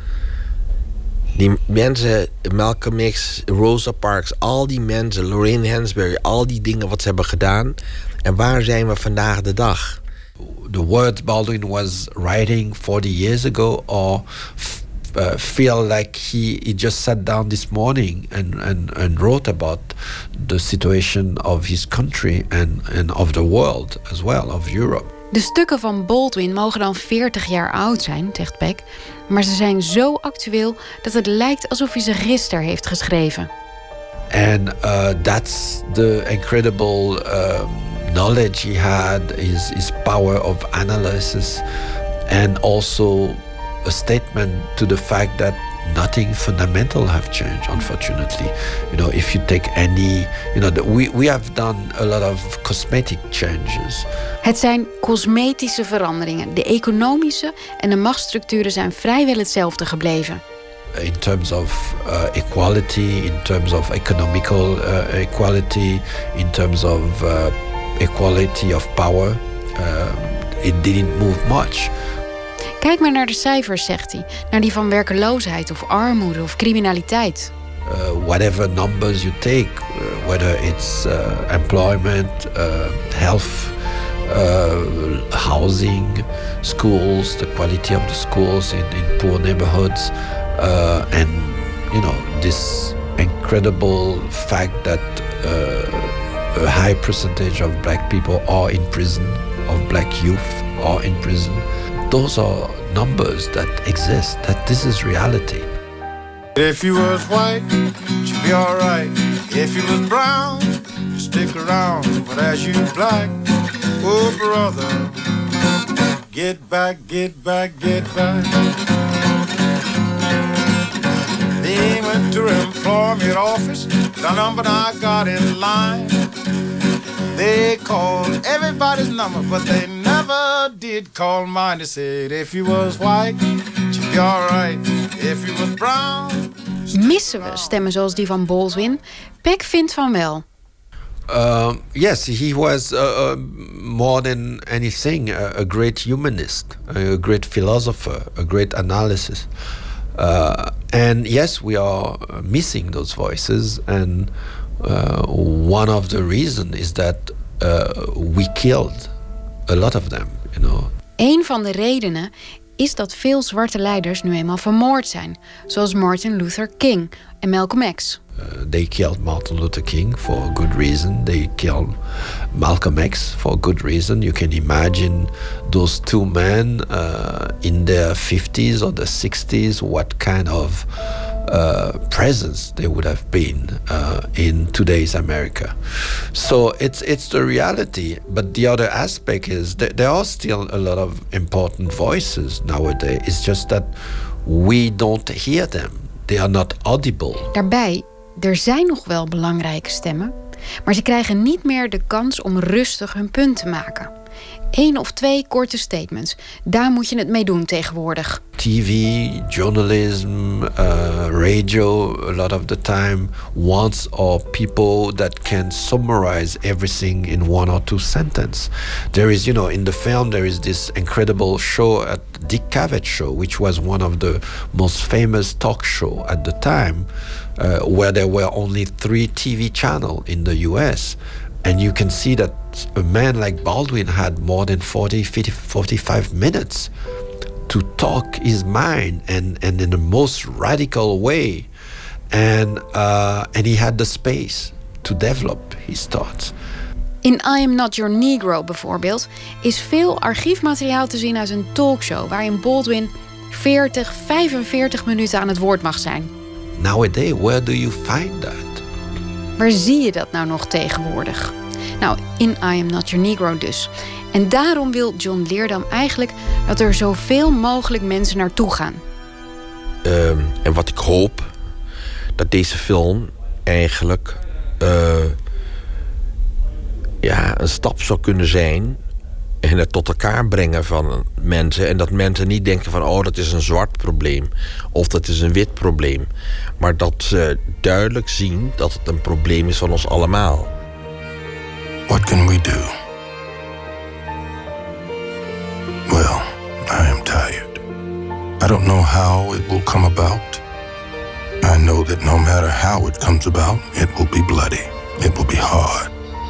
die mensen, Malcolm X, Rosa Parks, al die mensen, Lorraine Hansberry, al die dingen wat ze hebben gedaan. En waar zijn we vandaag de dag? The words Baldwin was writing 40 years ago, or feel like he just sat down this morning and wrote about the situation of his country and of the world as well, of Europe. De stukken van Baldwin mogen dan 40 jaar oud zijn, zegt Peck, maar ze zijn zo actueel dat het lijkt alsof hij ze gisteren heeft geschreven. And that's the incredible knowledge he had, his power of analysis, and also a statement to the fact that nothing fundamental have changed, unfortunately. You know, if you take any, we have done a lot of cosmetic changes. Het zijn cosmetische veranderingen. De economische en de machtsstructuren zijn vrijwel hetzelfde gebleven. In terms of equality, in terms of economical equality, in terms of equality of power, it didn't move much. Kijk maar naar de cijfers, zegt hij. Naar die van werkeloosheid of armoede of criminaliteit. Whatever numbers you take, whether it's employment, health, housing, schools, the quality of the schools in poor neighborhoods, and this incredible fact that a high percentage of black people are in prison, of black youth are in prison. Those are numbers that exist, that this is reality. If you was white, you'd be alright. If you was brown, you'd stick around. But as you black, oh brother, get back, get back, get back. They went to employment office, the number I got in line. They called everybody's number, but they never did call mine. They said, if you was white, you'd be alright. If you was brown... Missen we stemmen zoals die van Baldwin? Peck vindt van wel. Yes, he was more than anything a great humanist, a great philosopher, a great analysis. And yes, we are missing those voices. And one of the reasons is that we killed a lot of them, Een van de redenen is dat veel zwarte leiders nu eenmaal vermoord zijn, zoals Martin Luther King en Malcolm X. They killed Martin Luther King for a good reason. They killed Malcolm X for a good reason. You can imagine those two men in their 50s or the 60s, what kind of presence they would have been in today's America. So it's the reality. But the other aspect is that there are still a lot of important voices nowadays. It's just that we don't hear them. They are not audible. Daarbij, er zijn nog wel belangrijke stemmen, maar ze krijgen niet meer de kans om rustig hun punt te maken. 1 of 2 korte statements, daar moet je het mee doen tegenwoordig. TV, journalism, radio, a lot of the time wants or people that can summarize everything in 1 or 2 sentences. There is, in the film, there is this incredible show at Dick Cavett Show, which was one of the most famous talk show at the time, where there were only 3 TV channels in the US. And you can see that a man like Baldwin had more than 45 minutes to talk his mind and in the most radical way And he had the space to develop his thoughts. In I Am Not Your Negro bijvoorbeeld is veel archiefmateriaal te zien uit een talkshow waarin Baldwin 40, 45 minuten aan het woord mag zijn. Nowadays, where do you find that? Waar zie je dat nou nog tegenwoordig? Nou, in I Am Not Your Negro dus. En daarom wil John Leerdam eigenlijk dat er zoveel mogelijk mensen naartoe gaan. En wat ik hoop, dat deze film eigenlijk een stap zou kunnen zijn en het tot elkaar brengen van mensen. En dat mensen niet denken van, oh, dat is een zwart probleem of dat is een wit probleem. Maar dat ze duidelijk zien dat het een probleem is van ons allemaal. What can we do? Well, I am tired. I don't know how it will come about. I know that no matter how it comes about, it will be bloody. It will be hard.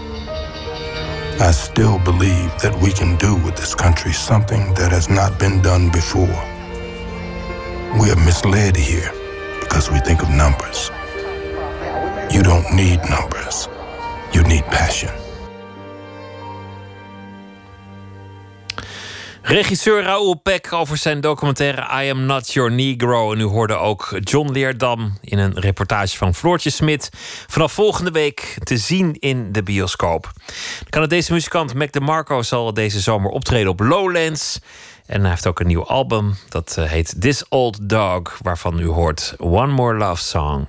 I still believe that we can do with this country something that has not been done before. We are misled here because we think of numbers. You don't need numbers. You need passion. Regisseur Raoul Peck over zijn documentaire I Am Not Your Negro. En u hoorde ook John Leerdam in een reportage van Floortje Smit. Vanaf volgende week te zien in de bioscoop. De Canadese muzikant Mac DeMarco zal deze zomer optreden op Lowlands. En hij heeft ook een nieuw album. Dat heet This Old Dog, waarvan u hoort One More Love Song.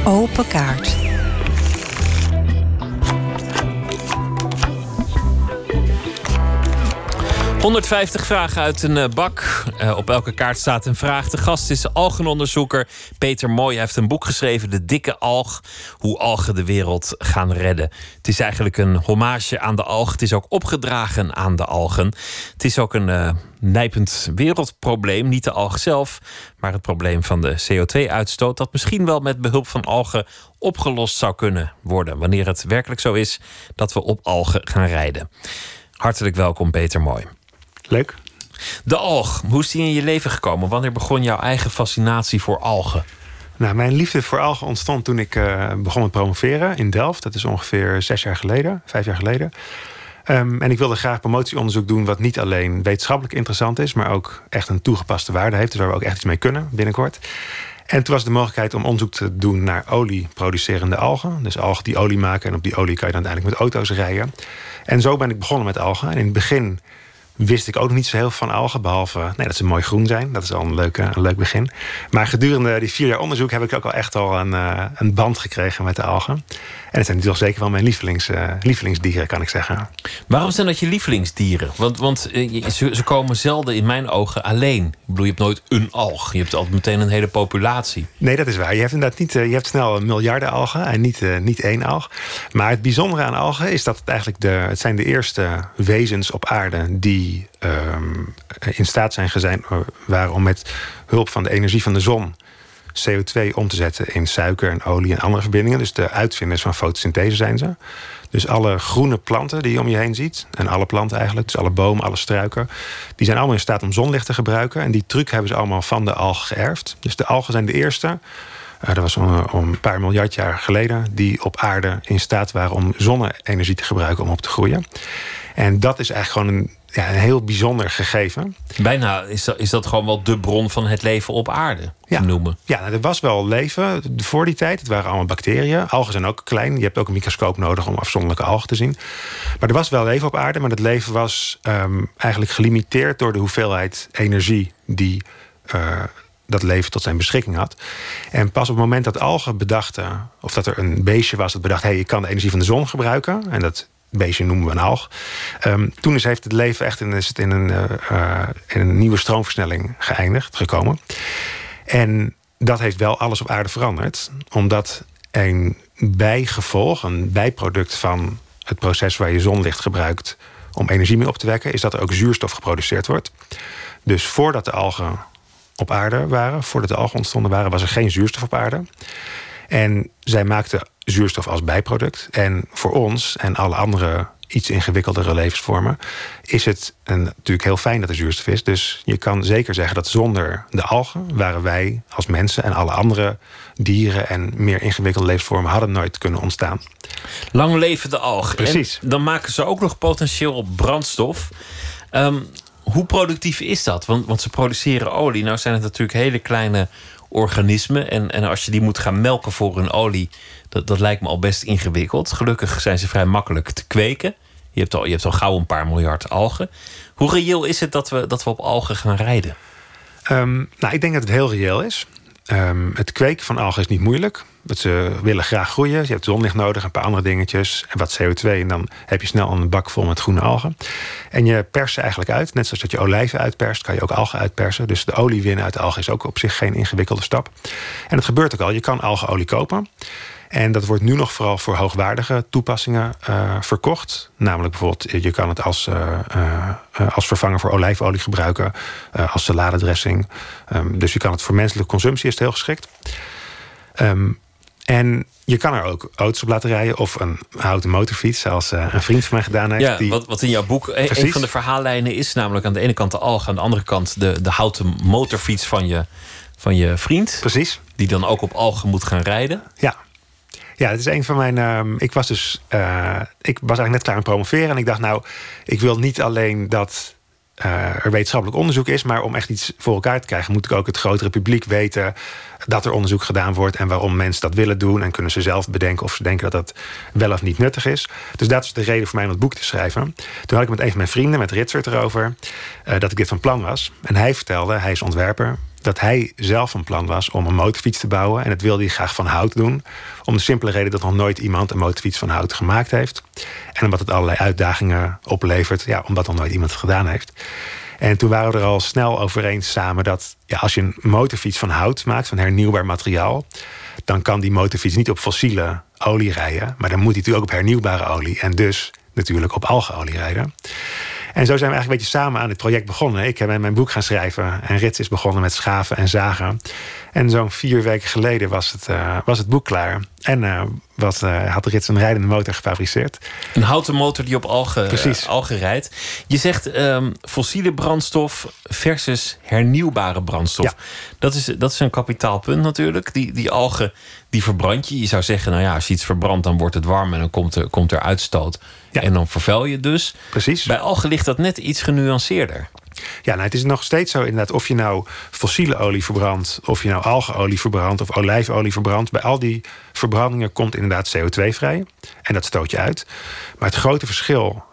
Open kaart. ...150 vragen uit een bak. Op elke kaart staat een vraag. De gast is algenonderzoeker Peter Mooi. Hij heeft een boek geschreven, De Dikke Alg. Hoe algen de wereld gaan redden. Het is eigenlijk een hommage aan de alg. Het is ook opgedragen aan de algen. Het is ook een nijpend wereldprobleem. Niet de alg zelf, maar het probleem van de CO2-uitstoot... dat misschien wel met behulp van algen opgelost zou kunnen worden... wanneer het werkelijk zo is dat we op algen gaan rijden. Hartelijk welkom, Peter Mooi. Leuk. De alg, hoe is die in je leven gekomen? Wanneer begon jouw eigen fascinatie voor algen? Nou, mijn liefde voor algen ontstond toen ik begon met promoveren in Delft. Dat is ongeveer 5 jaar geleden. En ik wilde graag promotieonderzoek doen... wat niet alleen wetenschappelijk interessant is... maar ook echt een toegepaste waarde heeft. Dus waar we ook echt iets mee kunnen binnenkort. En toen was de mogelijkheid om onderzoek te doen naar olieproducerende algen. Dus algen die olie maken. En op die olie kan je dan uiteindelijk met auto's rijden. En zo ben ik begonnen met algen. En in het begin wist ik ook nog niet zo heel veel van algen. Behalve dat ze mooi groen zijn. Dat is al een leuk begin. Maar gedurende die 4 jaar onderzoek heb ik ook al echt al een band gekregen met de algen. En het zijn toch zeker wel mijn lievelingsdieren, kan ik zeggen. Waarom zijn dat je lievelingsdieren? Want ze komen zelden in mijn ogen alleen. Ik bedoel, je hebt nooit een alg. Je hebt altijd meteen een hele populatie. Nee, dat is waar. Je hebt inderdaad niet. Je hebt snel miljarden algen en niet 1 alg. Maar het bijzondere aan algen is dat het eigenlijk het zijn de eerste wezens op aarde die in staat waren om met hulp van de energie van de zon CO2 om te zetten in suiker en olie en andere verbindingen. Dus de uitvinders van fotosynthese zijn ze. Dus alle groene planten die je om je heen ziet, en alle planten eigenlijk, dus alle bomen, alle struiken, die zijn allemaal in staat om zonlicht te gebruiken. En die truc hebben ze allemaal van de algen geërfd. Dus de algen zijn de eerste, dat was om een paar miljard jaar geleden, die op aarde in staat waren om zonne-energie te gebruiken om op te groeien. En dat is eigenlijk gewoon een heel bijzonder gegeven. Bijna is dat gewoon wel de bron van het leven op aarde te noemen. Ja, er was wel leven voor die tijd. Het waren allemaal bacteriën. Algen zijn ook klein. Je hebt ook een microscoop nodig om afzonderlijke algen te zien. Maar er was wel leven op aarde. Maar dat leven was eigenlijk gelimiteerd door de hoeveelheid energie die dat leven tot zijn beschikking had. En pas op het moment dat algen bedachten, of dat er een beestje was dat bedacht, hey, je kan de energie van de zon gebruiken. En dat beestje noemen we een alg. Toen heeft het leven echt in een nieuwe stroomversnelling gekomen. En dat heeft wel alles op aarde veranderd. Omdat een bijproduct van het proces waar je zonlicht gebruikt om energie mee op te wekken, is dat er ook zuurstof geproduceerd wordt. Dus voordat de algen op aarde waren, voordat de algen ontstonden waren, was er geen zuurstof op aarde. En zij maakten zuurstof als bijproduct. En voor ons en alle andere iets ingewikkeldere levensvormen is het natuurlijk heel fijn dat er zuurstof is. Dus je kan zeker zeggen dat zonder de algen waren wij als mensen en alle andere dieren en meer ingewikkelde levensvormen hadden nooit kunnen ontstaan. Lang leven de alg. Precies. En dan maken ze ook nog potentieel brandstof. Hoe productief is dat? Want ze produceren olie. Nou zijn het natuurlijk hele kleine organismen. En als je die moet gaan melken voor hun olie, dat lijkt me al best ingewikkeld. Gelukkig zijn ze vrij makkelijk te kweken. Je hebt al gauw een paar miljard algen. Hoe reëel is het dat we op algen gaan rijden? Ik denk dat het heel reëel is. Het kweken van algen is niet moeilijk. Want ze willen graag groeien. Je hebt zonlicht nodig, een paar andere dingetjes. En wat CO2. En dan heb je snel een bak vol met groene algen. En je perst ze eigenlijk uit. Net zoals dat je olijven uitperst, kan je ook algen uitpersen. Dus de olie winnen uit de algen is ook op zich geen ingewikkelde stap. En het gebeurt ook al. Je kan algenolie kopen. En dat wordt nu nog vooral voor hoogwaardige toepassingen verkocht. Namelijk bijvoorbeeld, je kan het als vervanger voor olijfolie gebruiken. Als saladedressing. Dus je kan het voor menselijke consumptie, is het heel geschikt. En je kan er ook auto's op laten rijden of een houten motorfiets, zoals een vriend van mij gedaan heeft. Ja, wat in jouw boek een van de verhaallijnen is, namelijk aan de ene kant de algen, aan de andere kant de houten motorfiets van je vriend. Precies. Die dan ook op algen moet gaan rijden. Ja, het is een van mijn. Ik was eigenlijk net klaar met promoveren en ik dacht, ik wil niet alleen dat er wetenschappelijk onderzoek is, maar om echt iets voor elkaar te krijgen, moet ik ook het grotere publiek weten dat er onderzoek gedaan wordt en waarom mensen dat willen doen. En kunnen ze zelf bedenken of ze denken dat dat wel of niet nuttig is. Dus dat is de reden voor mij om het boek te schrijven. Toen had ik met een van mijn vrienden, met Ritsert, erover dat ik dit van plan was. En hij vertelde, hij is ontwerper, dat hij zelf van plan was om een motorfiets te bouwen. En dat wilde hij graag van hout doen. Om de simpele reden dat nog nooit iemand een motorfiets van hout gemaakt heeft. En omdat het allerlei uitdagingen oplevert. Ja, omdat nog nooit iemand het gedaan heeft. En toen waren we er al snel over eens samen dat als je een motorfiets van hout maakt, van hernieuwbaar materiaal, dan kan die motorfiets niet op fossiele olie rijden. Maar dan moet hij natuurlijk ook op hernieuwbare olie. En dus natuurlijk op algeolie rijden. En zo zijn we eigenlijk een beetje samen aan dit project begonnen. Ik heb mijn boek gaan schrijven en Rits is begonnen met schaven en zagen. En zo'n 4 weken geleden was het boek klaar. En had Rits een rijdende motor gefabriceerd. Een houten motor die op algen rijdt. Je zegt fossiele brandstof versus hernieuwbare brandstof. Ja. Dat is een kapitaalpunt natuurlijk. Die algen, die verbrand je. Je zou zeggen, nou ja, als je iets verbrandt, dan wordt het warm en dan komt er uitstoot. Ja. En dan vervuil je dus. Precies. Bij algen ligt dat net iets genuanceerder. Ja, nou, het is nog steeds zo inderdaad. Of je nou fossiele olie verbrandt, of je nou algeolie verbrandt of olijfolie verbrandt. Bij al die verbrandingen komt inderdaad CO2 vrij. En dat stoot je uit. Maar het grote verschil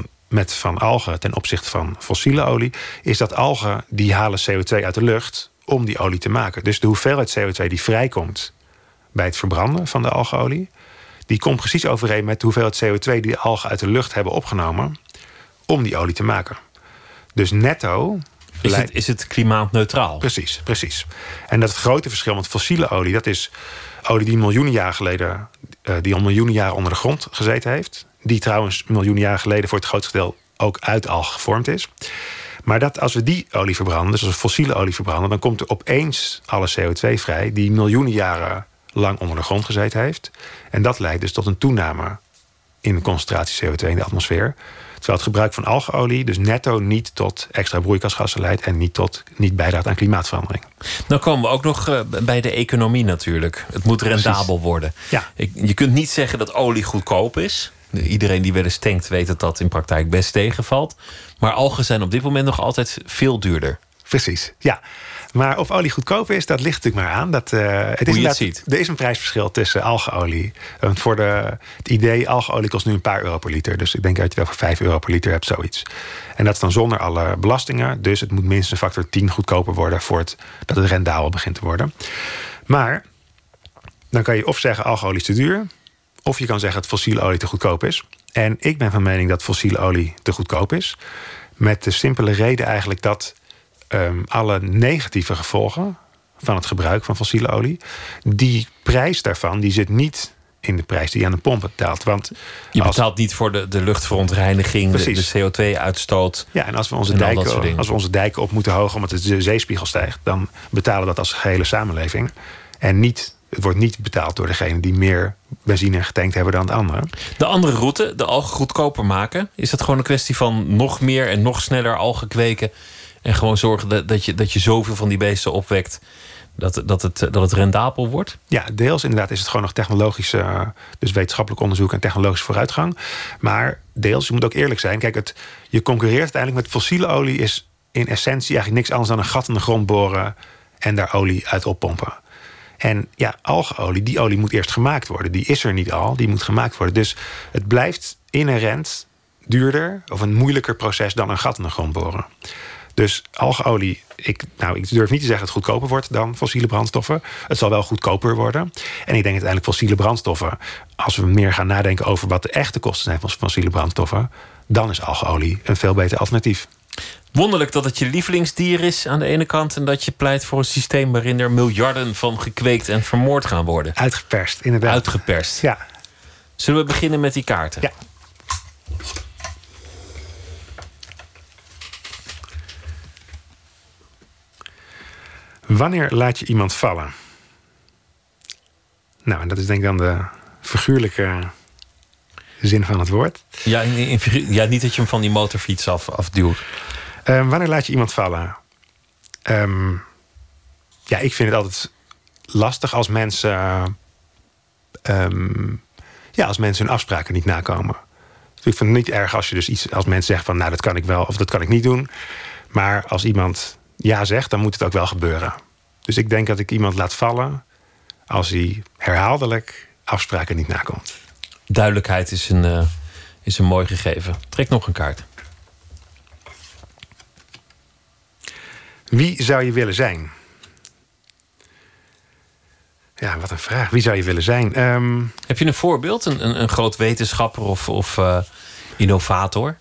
van algen ten opzichte van fossiele olie is dat algen die halen CO2 uit de lucht om die olie te maken. Dus de hoeveelheid CO2 die vrijkomt bij het verbranden van de algeolie, die komt precies overeen met de hoeveelheid CO2 die de algen uit de lucht hebben opgenomen om die olie te maken. Dus netto is het klimaatneutraal. Precies. En dat het grote verschil met fossiele olie, dat is olie die miljoenen jaren geleden, die al miljoenen jaren onder de grond gezeten heeft. Die trouwens miljoenen jaren geleden voor het grootste deel ook uit algen gevormd is. Maar dat als we die olie verbranden, dus als we fossiele olie verbranden, dan komt er opeens alle CO2 vrij die miljoenen jaren lang onder de grond gezeten heeft. En dat leidt dus tot een toename in de concentratie CO2 in de atmosfeer. Terwijl het gebruik van algeolie dus netto niet tot extra broeikasgassen leidt en niet bijdraagt aan klimaatverandering. Dan komen we ook nog bij de economie natuurlijk. Het moet rendabel worden. Ja. Je kunt niet zeggen dat olie goedkoop is. Iedereen die wel eens tankt weet dat dat in praktijk best tegenvalt. Maar algen zijn op dit moment nog altijd veel duurder. Precies, ja. Maar of olie goedkoop is, dat ligt natuurlijk maar aan. Hoe je het ziet. Er is een prijsverschil tussen algeolie. Want voor het idee, algeolie kost nu een paar euro per liter. Dus ik denk dat je wel voor 5 euro per liter hebt, zoiets. En dat is dan zonder alle belastingen. Dus het moet minstens een factor 10 goedkoper worden dat het rendabel begint te worden. Maar dan kan je of zeggen algeolie is te duur, of je kan zeggen dat fossiele olie te goedkoop is. En ik ben van mening dat fossiele olie te goedkoop is. Met de simpele reden eigenlijk dat alle negatieve gevolgen van het gebruik van fossiele olie, die prijs daarvan die zit niet in de prijs die je aan de pomp betaalt. Want je betaalt niet voor de luchtverontreiniging, de CO2-uitstoot. Ja, en als we onze dijken op moeten hogen omdat de zeespiegel stijgt, dan betalen we dat als gehele samenleving. En het wordt niet betaald door degene die meer benzine getankt hebben dan de anderen. De andere route, de algen goedkoper maken, is dat gewoon een kwestie van nog meer en nog sneller algen kweken en gewoon zorgen dat je zoveel van die beesten opwekt dat het rendabel wordt? Ja, deels inderdaad is het gewoon nog technologisch, dus wetenschappelijk onderzoek en technologische vooruitgang. Maar deels, je moet ook eerlijk zijn, kijk, je concurreert uiteindelijk met fossiele olie is in essentie eigenlijk niks anders dan een gat in de grond boren en daar olie uit oppompen. En ja, algeolie, die olie moet eerst gemaakt worden. Die is er niet al, die moet gemaakt worden. Dus het blijft inherent duurder of een moeilijker proces dan een gat in de grond boren. Dus algeolie, ik durf niet te zeggen dat het goedkoper wordt dan fossiele brandstoffen. Het zal wel goedkoper worden. En ik denk uiteindelijk fossiele brandstoffen, als we meer gaan nadenken over wat de echte kosten zijn van fossiele brandstoffen, dan is algeolie een veel beter alternatief. Wonderlijk dat het je lievelingsdier is aan de ene kant en dat je pleit voor een systeem waarin er miljarden van gekweekt en vermoord gaan worden. Uitgeperst, inderdaad. Uitgeperst. Ja. Zullen we beginnen met die kaarten? Ja. Wanneer laat je iemand vallen? Nou, en dat is denk ik dan de figuurlijke zin van het woord. Ja, niet dat je hem van die motorfiets afduwt. Wanneer laat je iemand vallen? Ik vind het altijd lastig als mensen hun afspraken niet nakomen. Dus ik vind het niet erg als je dus als mensen zegt van, nou, dat kan ik wel of dat kan ik niet doen. Maar als iemand ja zegt, dan moet het ook wel gebeuren. Dus ik denk dat ik iemand laat vallen als hij herhaaldelijk afspraken niet nakomt. Duidelijkheid is een mooi gegeven. Trek nog een kaart. Wie zou je willen zijn? Ja, wat een vraag. Wie zou je willen zijn? Heb je een voorbeeld? Een groot wetenschapper of innovator?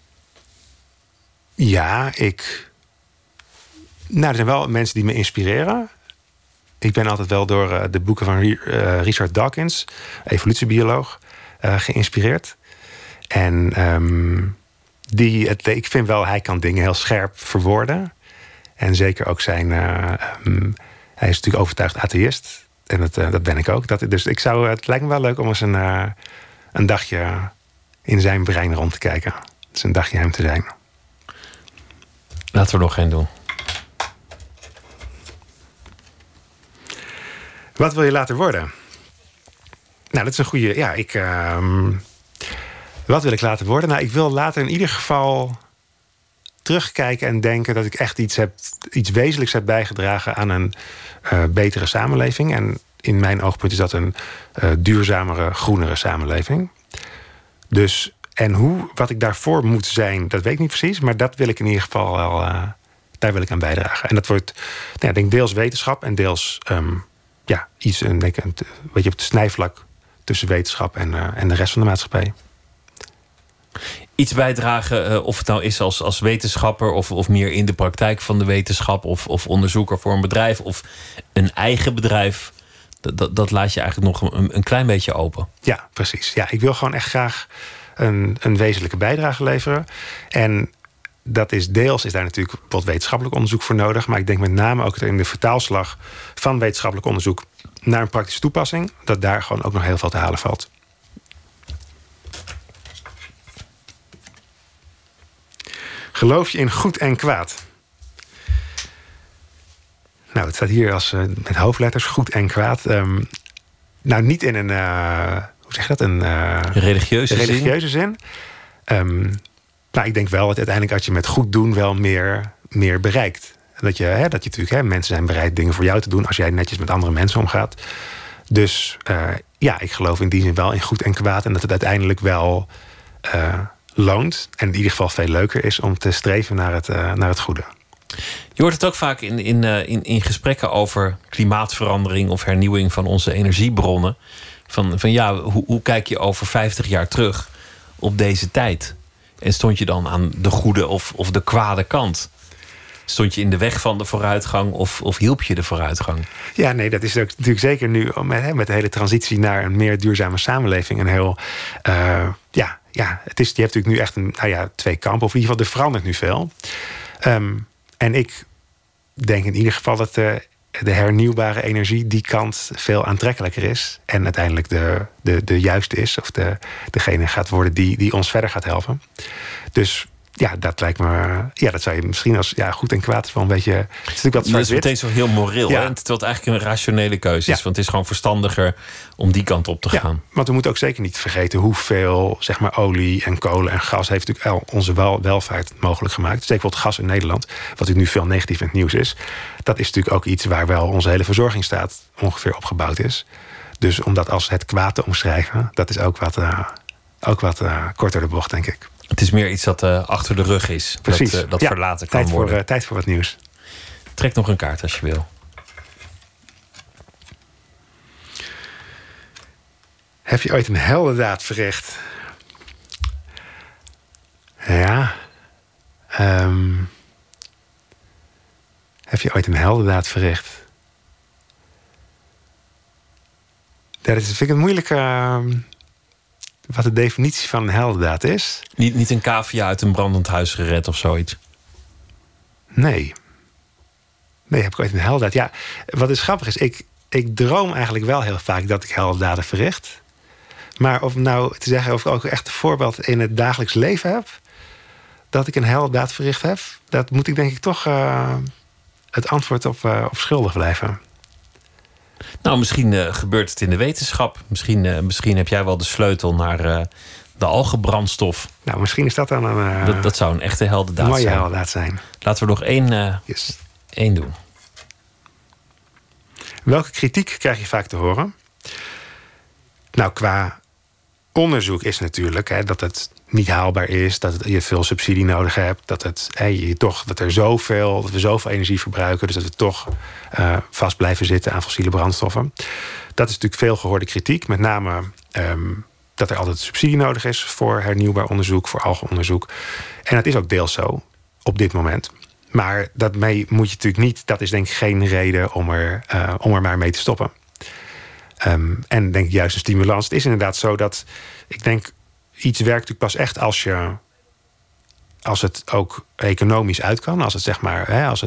Ja, Nou, er zijn wel mensen die me inspireren. Ik ben altijd wel door de boeken van Richard Dawkins, evolutiebioloog, geïnspireerd. En ik vind wel, hij kan dingen heel scherp verwoorden. En zeker ook zijn... hij is natuurlijk overtuigd atheïst. En dat ben ik ook. Dus het lijkt me wel leuk om eens een dagje in zijn brein rond te kijken. Dus een dagje hem te zijn. Laten we er nog geen doen. Wat wil je later worden? Nou, dat is een goede... Ja, wat wil ik later worden? Nou, ik wil later in ieder geval terugkijken en denken dat ik echt iets wezenlijks heb bijgedragen aan een betere samenleving. En in mijn oogpunt is dat een duurzamere, groenere samenleving. Dus, wat ik daarvoor moet zijn, dat weet ik niet precies. Maar dat wil ik in ieder geval wel, daar wil ik aan bijdragen. En dat wordt, ik denk deels wetenschap en deels iets, een beetje op het snijvlak tussen wetenschap en de rest van de maatschappij. Iets bijdragen, of het nou is als wetenschapper of meer in de praktijk van de wetenschap of onderzoeker voor een bedrijf of een eigen bedrijf, dat laat je eigenlijk nog een klein beetje open. Ja, precies. Ja, ik wil gewoon echt graag een wezenlijke bijdrage leveren. En dat is deels daar natuurlijk wat wetenschappelijk onderzoek voor nodig. Maar ik denk met name ook in de vertaalslag van wetenschappelijk onderzoek naar een praktische toepassing, dat daar gewoon ook nog heel veel te halen valt. Geloof je in goed en kwaad? Nou, het staat hier met hoofdletters goed en kwaad. Nou, niet in een hoe zeg je dat? Een religieuze zin. Maar ik denk wel dat uiteindelijk als je met goed doen wel meer bereikt. Dat je natuurlijk, mensen zijn bereid dingen voor jou te doen als jij netjes met andere mensen omgaat. Dus ik geloof in die zin wel in goed en kwaad. En dat het uiteindelijk wel loont. En in ieder geval veel leuker is om te streven naar het goede. Je hoort het ook vaak in gesprekken over klimaatverandering of hernieuwing van onze energiebronnen. Hoe kijk je over 50 jaar terug op deze tijd? En stond je dan aan de goede of de kwade kant? Stond je in de weg van de vooruitgang of hielp je de vooruitgang? Ja, nee, dat is ook natuurlijk zeker nu met de hele transitie naar een meer duurzame samenleving een heel... je hebt natuurlijk nu echt twee kampen. Of in ieder geval, er verandert nu veel. En ik denk in ieder geval dat de hernieuwbare energie die kant veel aantrekkelijker is. En uiteindelijk de juiste is. Of degene gaat worden die ons verder gaat helpen. Dus ja, dat lijkt me... Ja, dat zou je misschien als goed en kwaad is wel een beetje... Het is natuurlijk wat zwart-wit. Dat is meteen zo heel moreel. Ja. Hè? Terwijl het eigenlijk een rationele keuze is. Want het is gewoon verstandiger om die kant op te gaan. Want we moeten ook zeker niet vergeten hoeveel olie en kolen en gas heeft natuurlijk onze welvaart mogelijk gemaakt. Zeker bijvoorbeeld gas in Nederland, wat natuurlijk nu veel negatief in het nieuws is. Dat is natuurlijk ook iets waar wel onze hele verzorgingsstaat ongeveer opgebouwd is. Dus om dat als het kwaad te omschrijven, dat is ook wat korter de bocht, denk ik. Het is meer iets dat achter de rug is. Precies. Dat verlaten kan worden. Tijd voor wat nieuws. Trek nog een kaart als je wil. Heb je ooit een heldendaad verricht? Ja. Heb je ooit een heldendaad verricht? Dat vind ik een moeilijke... Wat de definitie van een heldendaad is. Niet een cavia uit een brandend huis gered of zoiets? Nee, heb ik ooit een heldendaad. Ja, wat is grappig is, ik droom eigenlijk wel heel vaak dat ik heldendaden verricht. Maar om nou te zeggen of ik ook echt een voorbeeld in het dagelijks leven heb, dat ik een heldendaad verricht heb, dat moet ik denk ik toch het antwoord op schuldig blijven. Nou, misschien gebeurt het in de wetenschap. Misschien heb jij wel de sleutel naar de algenbrandstof. Nou, misschien is dat dan een... Dat zou een echte heldendaad zijn. Een mooie heldendaad zijn. Laten we nog één doen. Welke kritiek krijg je vaak te horen? Nou, qua onderzoek is natuurlijk dat het niet haalbaar is, dat je veel subsidie nodig hebt, dat we zoveel energie verbruiken, dus dat we toch vast blijven zitten aan fossiele brandstoffen. Dat is natuurlijk veel gehoorde kritiek, met name dat er altijd subsidie nodig is voor hernieuwbaar onderzoek, voor algenonderzoek. En dat is ook deels zo op dit moment. Maar daarmee moet je natuurlijk niet, dat is denk ik geen reden om er maar mee te stoppen. En denk ik juist een stimulans. Het is inderdaad zo dat ik denk, iets werkt natuurlijk pas echt als het ook economisch uit kan. Als het zeg maar, als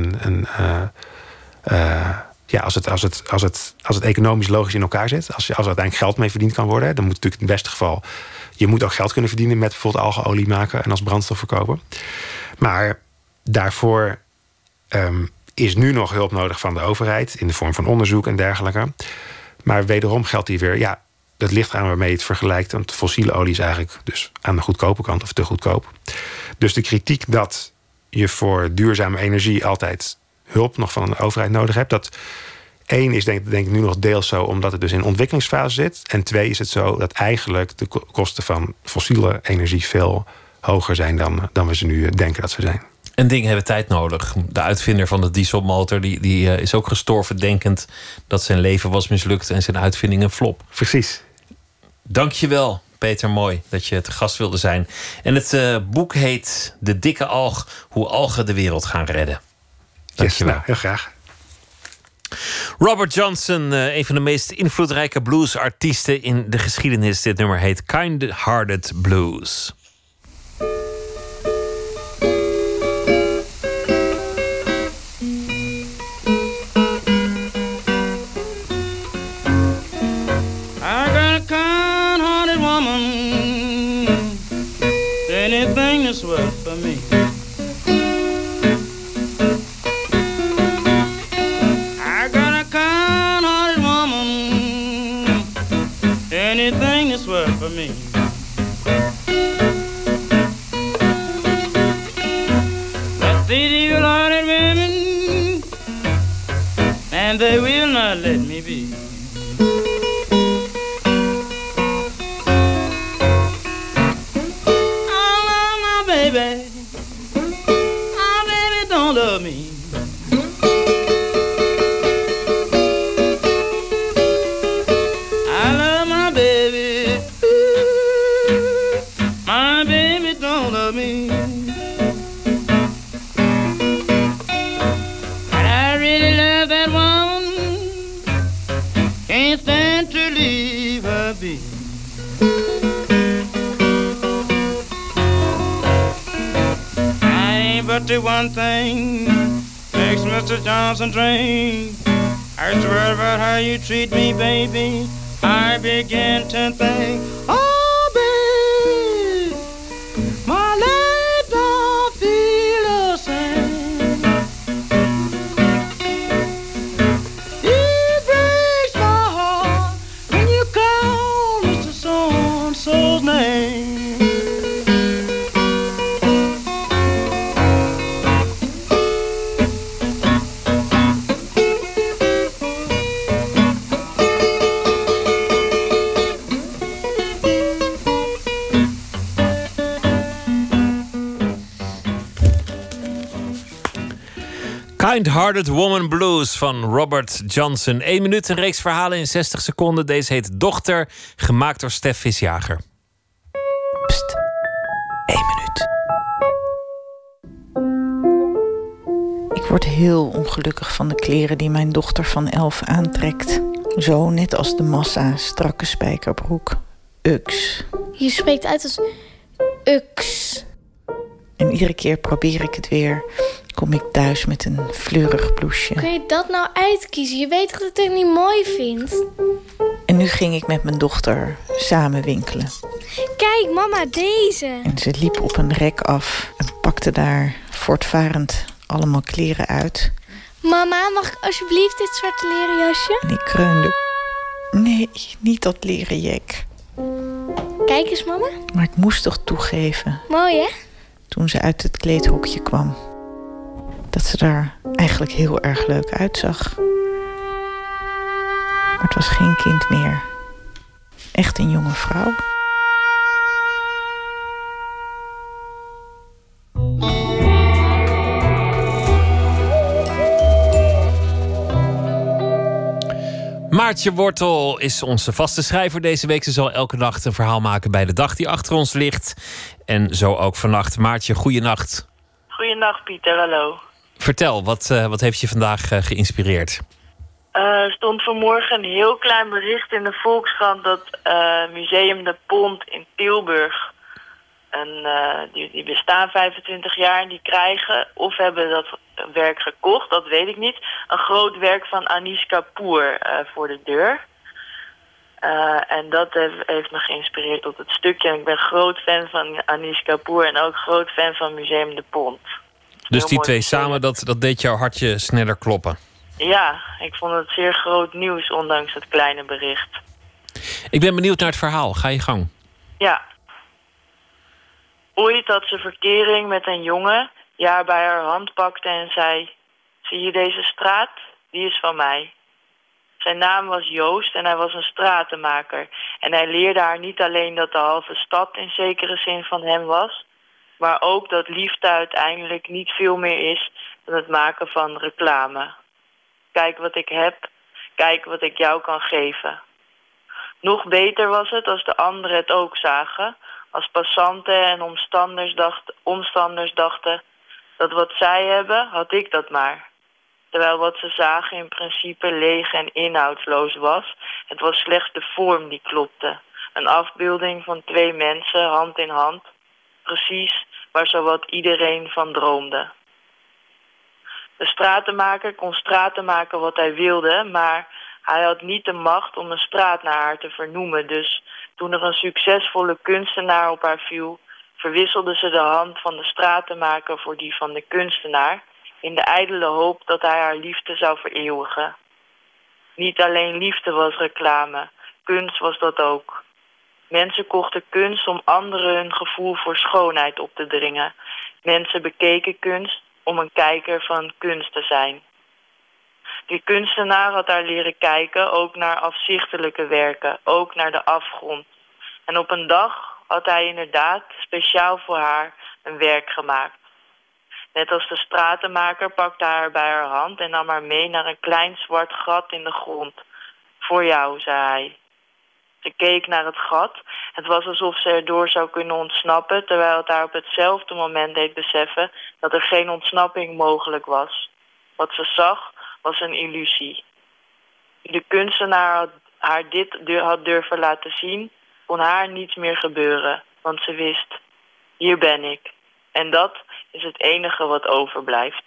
het economisch logisch in elkaar zit. Als er uiteindelijk geld mee verdiend kan worden. Dan moet natuurlijk in het beste geval, je moet ook geld kunnen verdienen met bijvoorbeeld algeolie maken en als brandstof verkopen. Maar daarvoor is nu nog hulp nodig van de overheid in de vorm van onderzoek en dergelijke. Maar wederom geldt hier weer, dat ligt eraan waarmee je het vergelijkt. Want fossiele olie is eigenlijk dus aan de goedkope kant of te goedkoop. Dus de kritiek dat je voor duurzame energie altijd hulp nog van de overheid nodig hebt. Dat 1 is denk ik nu nog deels zo omdat het dus in ontwikkelingsfase zit. En 2 is het zo dat eigenlijk de kosten van fossiele energie veel hoger zijn dan we ze nu denken dat ze zijn. En dingen hebben tijd nodig. De uitvinder van de dieselmotor die is ook gestorven denkend dat zijn leven was mislukt en zijn uitvinding een flop. Precies. Dank je wel, Peter Mooi, dat je te gast wilde zijn. En het boek heet De Dikke Alg, hoe algen de wereld gaan redden. Dank je wel. Nou, heel graag. Robert Johnson, een van de meest invloedrijke bluesartiesten in de geschiedenis. Dit nummer heet Kind-Hearted Blues. Anything that's worth for me. I got a kind-hearted woman. Anything that's worth for me. But these evil-hearted women, and they will not let me be. Baby, oh baby, don't love me. I love my baby. Ooh, my baby don't love me. I really love that woman. Can't stand to leave her be. But the one thing makes Mr. Johnson drink. I swear about how you treat me, baby. I begin to think, oh, babe, my life don't feel the same. It breaks my heart when you call Mr. So-and-so's name. Kind-Hearted Woman Blues van Robert Johnson. 1 minuut, een reeks verhalen in 60 seconden. Deze heet Dochter, gemaakt door Stef Visjager. Pst, 1 minuut. Ik word heel ongelukkig van de kleren die mijn dochter van 11 aantrekt. Zo net als de massa, strakke spijkerbroek. Ux. Je spreekt uit als Ux. En iedere keer probeer ik het weer. Kom ik thuis met een fleurig blouseje. Kun je dat nou uitkiezen? Je weet toch dat ik het niet mooi vind? En nu ging ik met mijn dochter samen winkelen. Kijk, mama, deze. En ze liep op een rek af en pakte daar voortvarend allemaal kleren uit. Mama, mag ik alsjeblieft dit zwarte leren jasje? En ik kreunde. Nee, niet dat leren jek. Kijk eens, mama. Maar ik moest toch toegeven. Mooi, hè? Toen ze uit het kleedhokje kwam. Dat ze daar eigenlijk heel erg leuk uitzag. Maar het was geen kind meer. Echt een jonge vrouw. Maartje Wortel is onze vaste schrijver deze week. Ze zal elke nacht een verhaal maken bij de dag die achter ons ligt. En zo ook vannacht. Maartje, goeienacht. Goeienacht, Pieter, hallo. Vertel, wat heeft je vandaag geïnspireerd? Er stond vanmorgen een heel klein bericht in de Volkskrant dat Museum de Pont in Tilburg, die bestaan 25 jaar en die krijgen, of hebben dat werk gekocht, dat weet ik niet, een groot werk van Anish Kapoor voor de deur. En dat heeft me geïnspireerd tot het stukje. En ik ben groot fan van Anish Kapoor en ook groot fan van Museum de Pont. Dus die twee samen, dat deed jouw hartje sneller kloppen? Ja, ik vond het zeer groot nieuws, ondanks het kleine bericht. Ik ben benieuwd naar het verhaal. Ga je gang. Ja. Ooit had ze verkering met een jongen die haar bij haar hand pakte en zei: zie je deze straat? Die is van mij. Zijn naam was Joost en hij was een stratenmaker. En hij leerde haar niet alleen dat de halve stad in zekere zin van hem was, maar ook dat liefde uiteindelijk niet veel meer is dan het maken van reclame. Kijk wat ik heb, kijk wat ik jou kan geven. Nog beter was het als de anderen het ook zagen, als passanten en omstanders dachten dat wat zij hebben, had ik dat maar. Terwijl wat ze zagen in principe leeg en inhoudsloos was. Het was slechts de vorm die klopte. Een afbeelding van twee mensen, hand in hand. Precies waar zowat iedereen van droomde. De stratenmaker kon straten maken wat hij wilde, maar hij had niet de macht om een straat naar haar te vernoemen. Dus toen er een succesvolle kunstenaar op haar viel, verwisselde ze de hand van de stratenmaker voor die van de kunstenaar, in de ijdele hoop dat hij haar liefde zou vereeuwigen. Niet alleen liefde was reclame, kunst was dat ook. Mensen kochten kunst om anderen hun gevoel voor schoonheid op te dringen. Mensen bekeken kunst om een kijker van kunst te zijn. Die kunstenaar had haar leren kijken, ook naar afzichtelijke werken, ook naar de afgrond. En op een dag had hij inderdaad speciaal voor haar een werk gemaakt. Net als de stratenmaker pakte haar bij haar hand en nam haar mee naar een klein zwart gat in de grond. Voor jou, zei hij. Ze keek naar het gat. Het was alsof ze erdoor zou kunnen ontsnappen, terwijl het haar op hetzelfde moment deed beseffen dat er geen ontsnapping mogelijk was. Wat ze zag, was een illusie. Die de kunstenaar haar dit had durven laten zien, kon haar niets meer gebeuren, want ze wist: hier ben ik. En dat is het enige wat overblijft.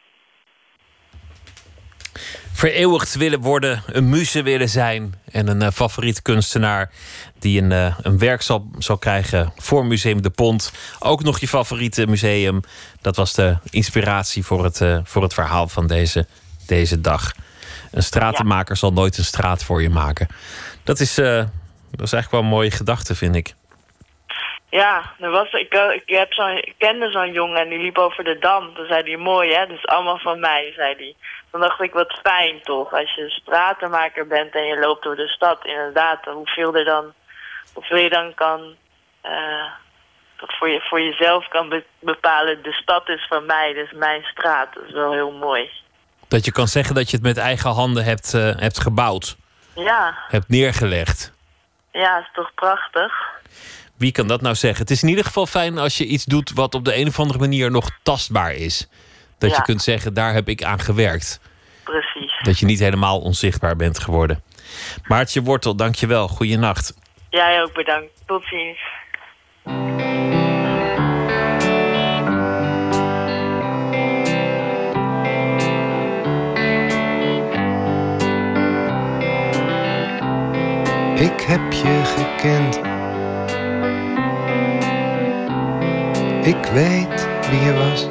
Vereeuwigd willen worden, een muze willen zijn en een favoriet kunstenaar die een werk zal krijgen voor Museum de Pont. Ook nog je favoriete museum. Dat was de inspiratie voor het verhaal van deze dag. Een stratenmaker zal nooit een straat voor je maken. Dat is eigenlijk wel een mooie gedachte, vind ik. Ja, ik kende zo'n jongen en die liep over de Dam. Toen zei hij: mooi hè, dat is allemaal van mij, zei hij. Dan dacht ik: wat fijn toch, als je stratenmaker bent en je loopt door de stad. Inderdaad, hoeveel je dan kan, voor jezelf kan bepalen, de stad is van mij, dus mijn straat. Dat is wel heel mooi. Dat je kan zeggen dat je het met eigen handen hebt gebouwd. Ja. Hebt neergelegd. Ja, is toch prachtig. Wie kan dat nou zeggen? Het is in ieder geval fijn als je iets doet wat op de een of andere manier nog tastbaar is. Dat je kunt zeggen, daar heb ik aan gewerkt. Precies. Dat je niet helemaal onzichtbaar bent geworden. Maartje Wortel, dank je wel. Goeienacht. Jij ook bedankt. Tot ziens. Ik heb je gekend. Ik weet wie je was.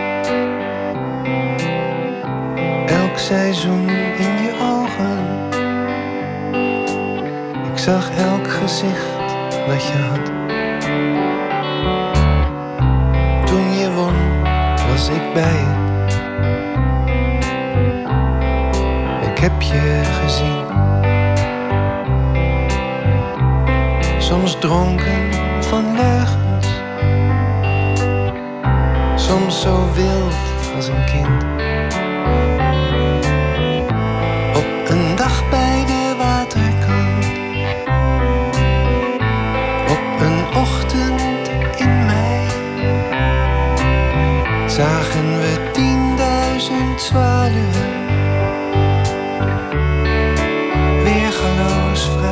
Elk seizoen in je ogen. Ik zag elk gezicht dat je had. Toen je won, was ik bij je. Ik heb je gezien. soms dronken van leugens, soms zo wild als een kind. Op een dag bij de waterkant, op een ochtend in mei, zagen we 10.000 zwaluwen, weergaloos vrij.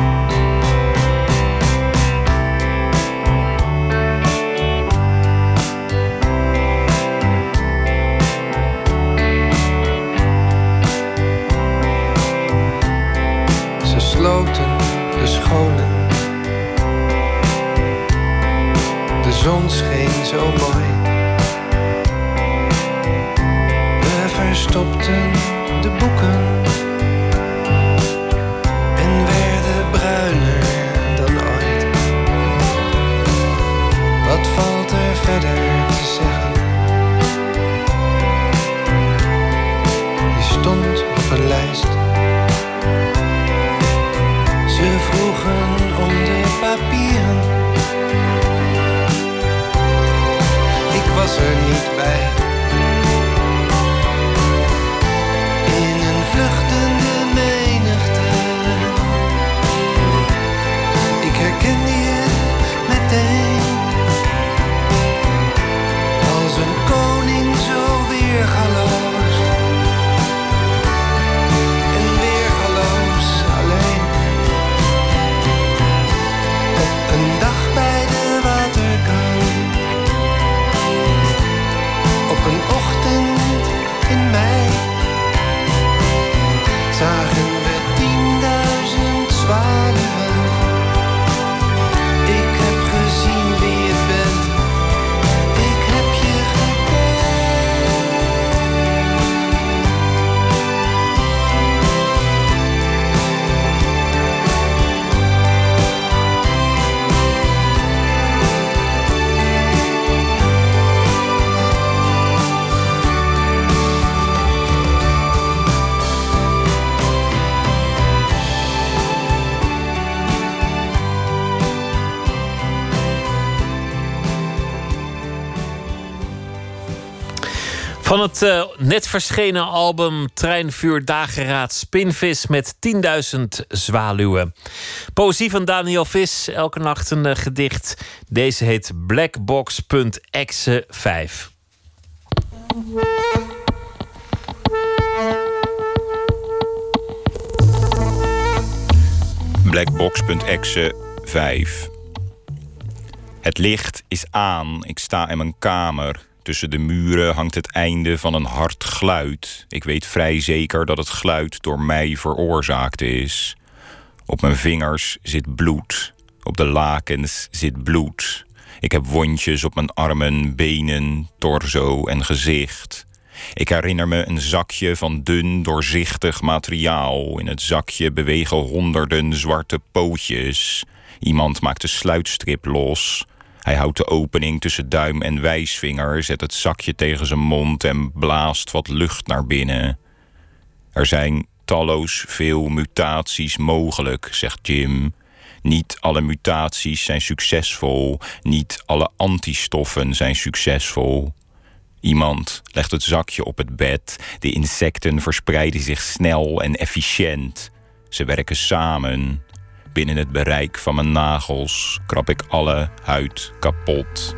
Ze sloten de scholen, de zon scheen zo mooi. We verstopten de boeken en werden bruiner dan ooit. Wat valt er verder te zeggen? Je stond op een lijst. Ze vroegen om de papieren. Ik was er niet bij. In een vluchtende menigte. Ik herkende je meteen. Als een koning zo weergaloos. En weergaloos alleen. Op een dag bij de waterkant. Op een ochtend in mei zagen we 10.000 zwaluwen. Ik heb gezien wie je bent. Ik heb je Van het net verschenen album Treinvuur Dageraad Spinvis met 10.000 zwaluwen. Poëzie van Daniel Vis, elke nacht een gedicht. Deze heet Blackbox.exe 5. Blackbox.exe 5. Het licht is aan, ik sta in mijn kamer. Tussen de muren hangt het einde van een hard geluid. Ik weet vrij zeker dat het geluid door mij veroorzaakt is. Op mijn vingers zit bloed. Op de lakens zit bloed. Ik heb wondjes op mijn armen, benen, torso en gezicht. Ik herinner me een zakje van dun, doorzichtig materiaal. In het zakje bewegen honderden zwarte pootjes. Iemand maakt de sluitstrip los. Hij houdt de opening tussen duim en wijsvinger, zet het zakje tegen zijn mond en blaast wat lucht naar binnen. Er zijn talloos veel mutaties mogelijk, zegt Jim. Niet alle mutaties zijn succesvol. Niet alle antistoffen zijn succesvol. Iemand legt het zakje op het bed. De insecten verspreiden zich snel en efficiënt. Ze werken samen. Binnen het bereik van mijn nagels krab ik alle huid kapot.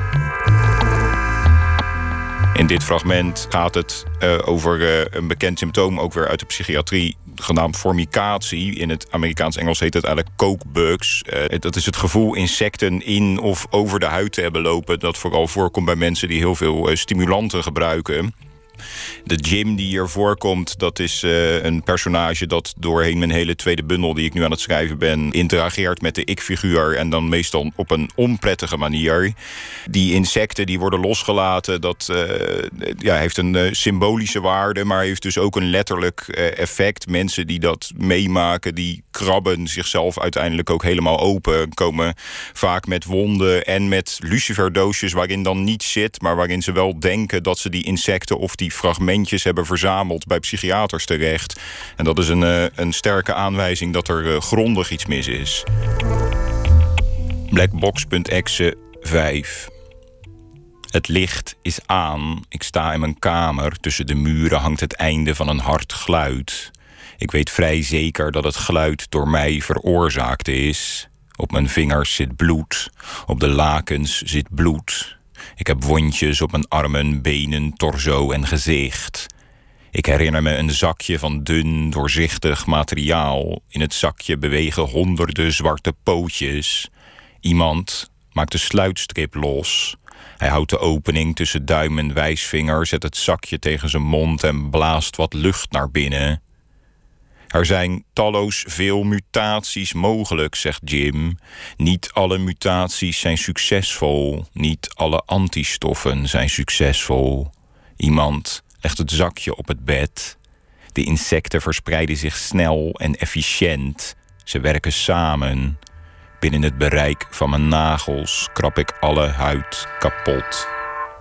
In dit fragment gaat het over een bekend symptoom, ook weer uit de psychiatrie, genaamd formicatie. In het Amerikaans-Engels heet het eigenlijk cokebugs. Dat is het gevoel insecten in of over de huid te hebben lopen, dat vooral voorkomt bij mensen die heel veel stimulanten gebruiken. De Jim die hier voorkomt, dat is een personage dat doorheen mijn hele tweede bundel die ik nu aan het schrijven ben, interageert met de ik-figuur en dan meestal op een onprettige manier. Die insecten die worden losgelaten, dat heeft een symbolische waarde, maar heeft dus ook een letterlijk effect. Mensen die dat meemaken, die krabben zichzelf uiteindelijk ook helemaal open, komen vaak met wonden en met luciferdoosjes waarin dan niets zit, maar waarin ze wel denken dat ze die insecten of die fragmentjes hebben verzameld bij psychiaters terecht. En dat is een sterke aanwijzing dat er grondig iets mis is. Blackbox.exe 5. Het licht is aan. Ik sta in mijn kamer. Tussen de muren hangt het einde van een hard geluid. Ik weet vrij zeker dat het geluid door mij veroorzaakt is. Op mijn vingers zit bloed. Op de lakens zit bloed. Ik heb wondjes op mijn armen, benen, torso en gezicht. Ik herinner me een zakje van dun, doorzichtig materiaal. In het zakje bewegen honderden zwarte pootjes. Iemand maakt de sluitstrip los. Hij houdt de opening tussen duim en wijsvinger, zet het zakje tegen zijn mond en blaast wat lucht naar binnen. Er zijn talloos veel mutaties mogelijk, zegt Jim. Niet alle mutaties zijn succesvol. Niet alle antistoffen zijn succesvol. Iemand legt het zakje op het bed. De insecten verspreiden zich snel en efficiënt. Ze werken samen. Binnen het bereik van mijn nagels krab ik alle huid kapot.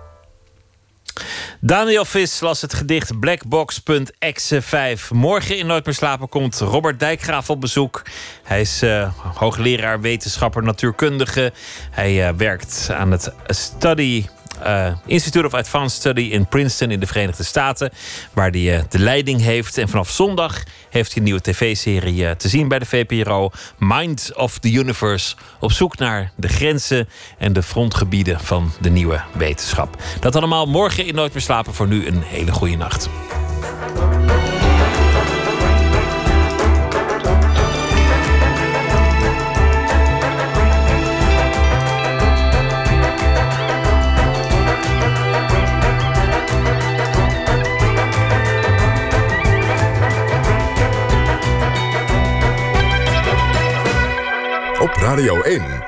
Daniel Vis las het gedicht Blackbox.exe 5. Morgen in Nooit meer slapen komt Robert Dijkgraaf op bezoek. Hij is hoogleraar, wetenschapper, natuurkundige. Hij werkt aan het Institute of Advanced Study in Princeton in de Verenigde Staten, waar hij de leiding heeft. En vanaf zondag heeft hij een nieuwe tv-serie te zien bij de VPRO. Mind of the Universe. Op zoek naar de grenzen en de frontgebieden van de nieuwe wetenschap. Dat allemaal morgen in Nooit meer slapen. Voor nu een hele goede nacht. Op Radio 1,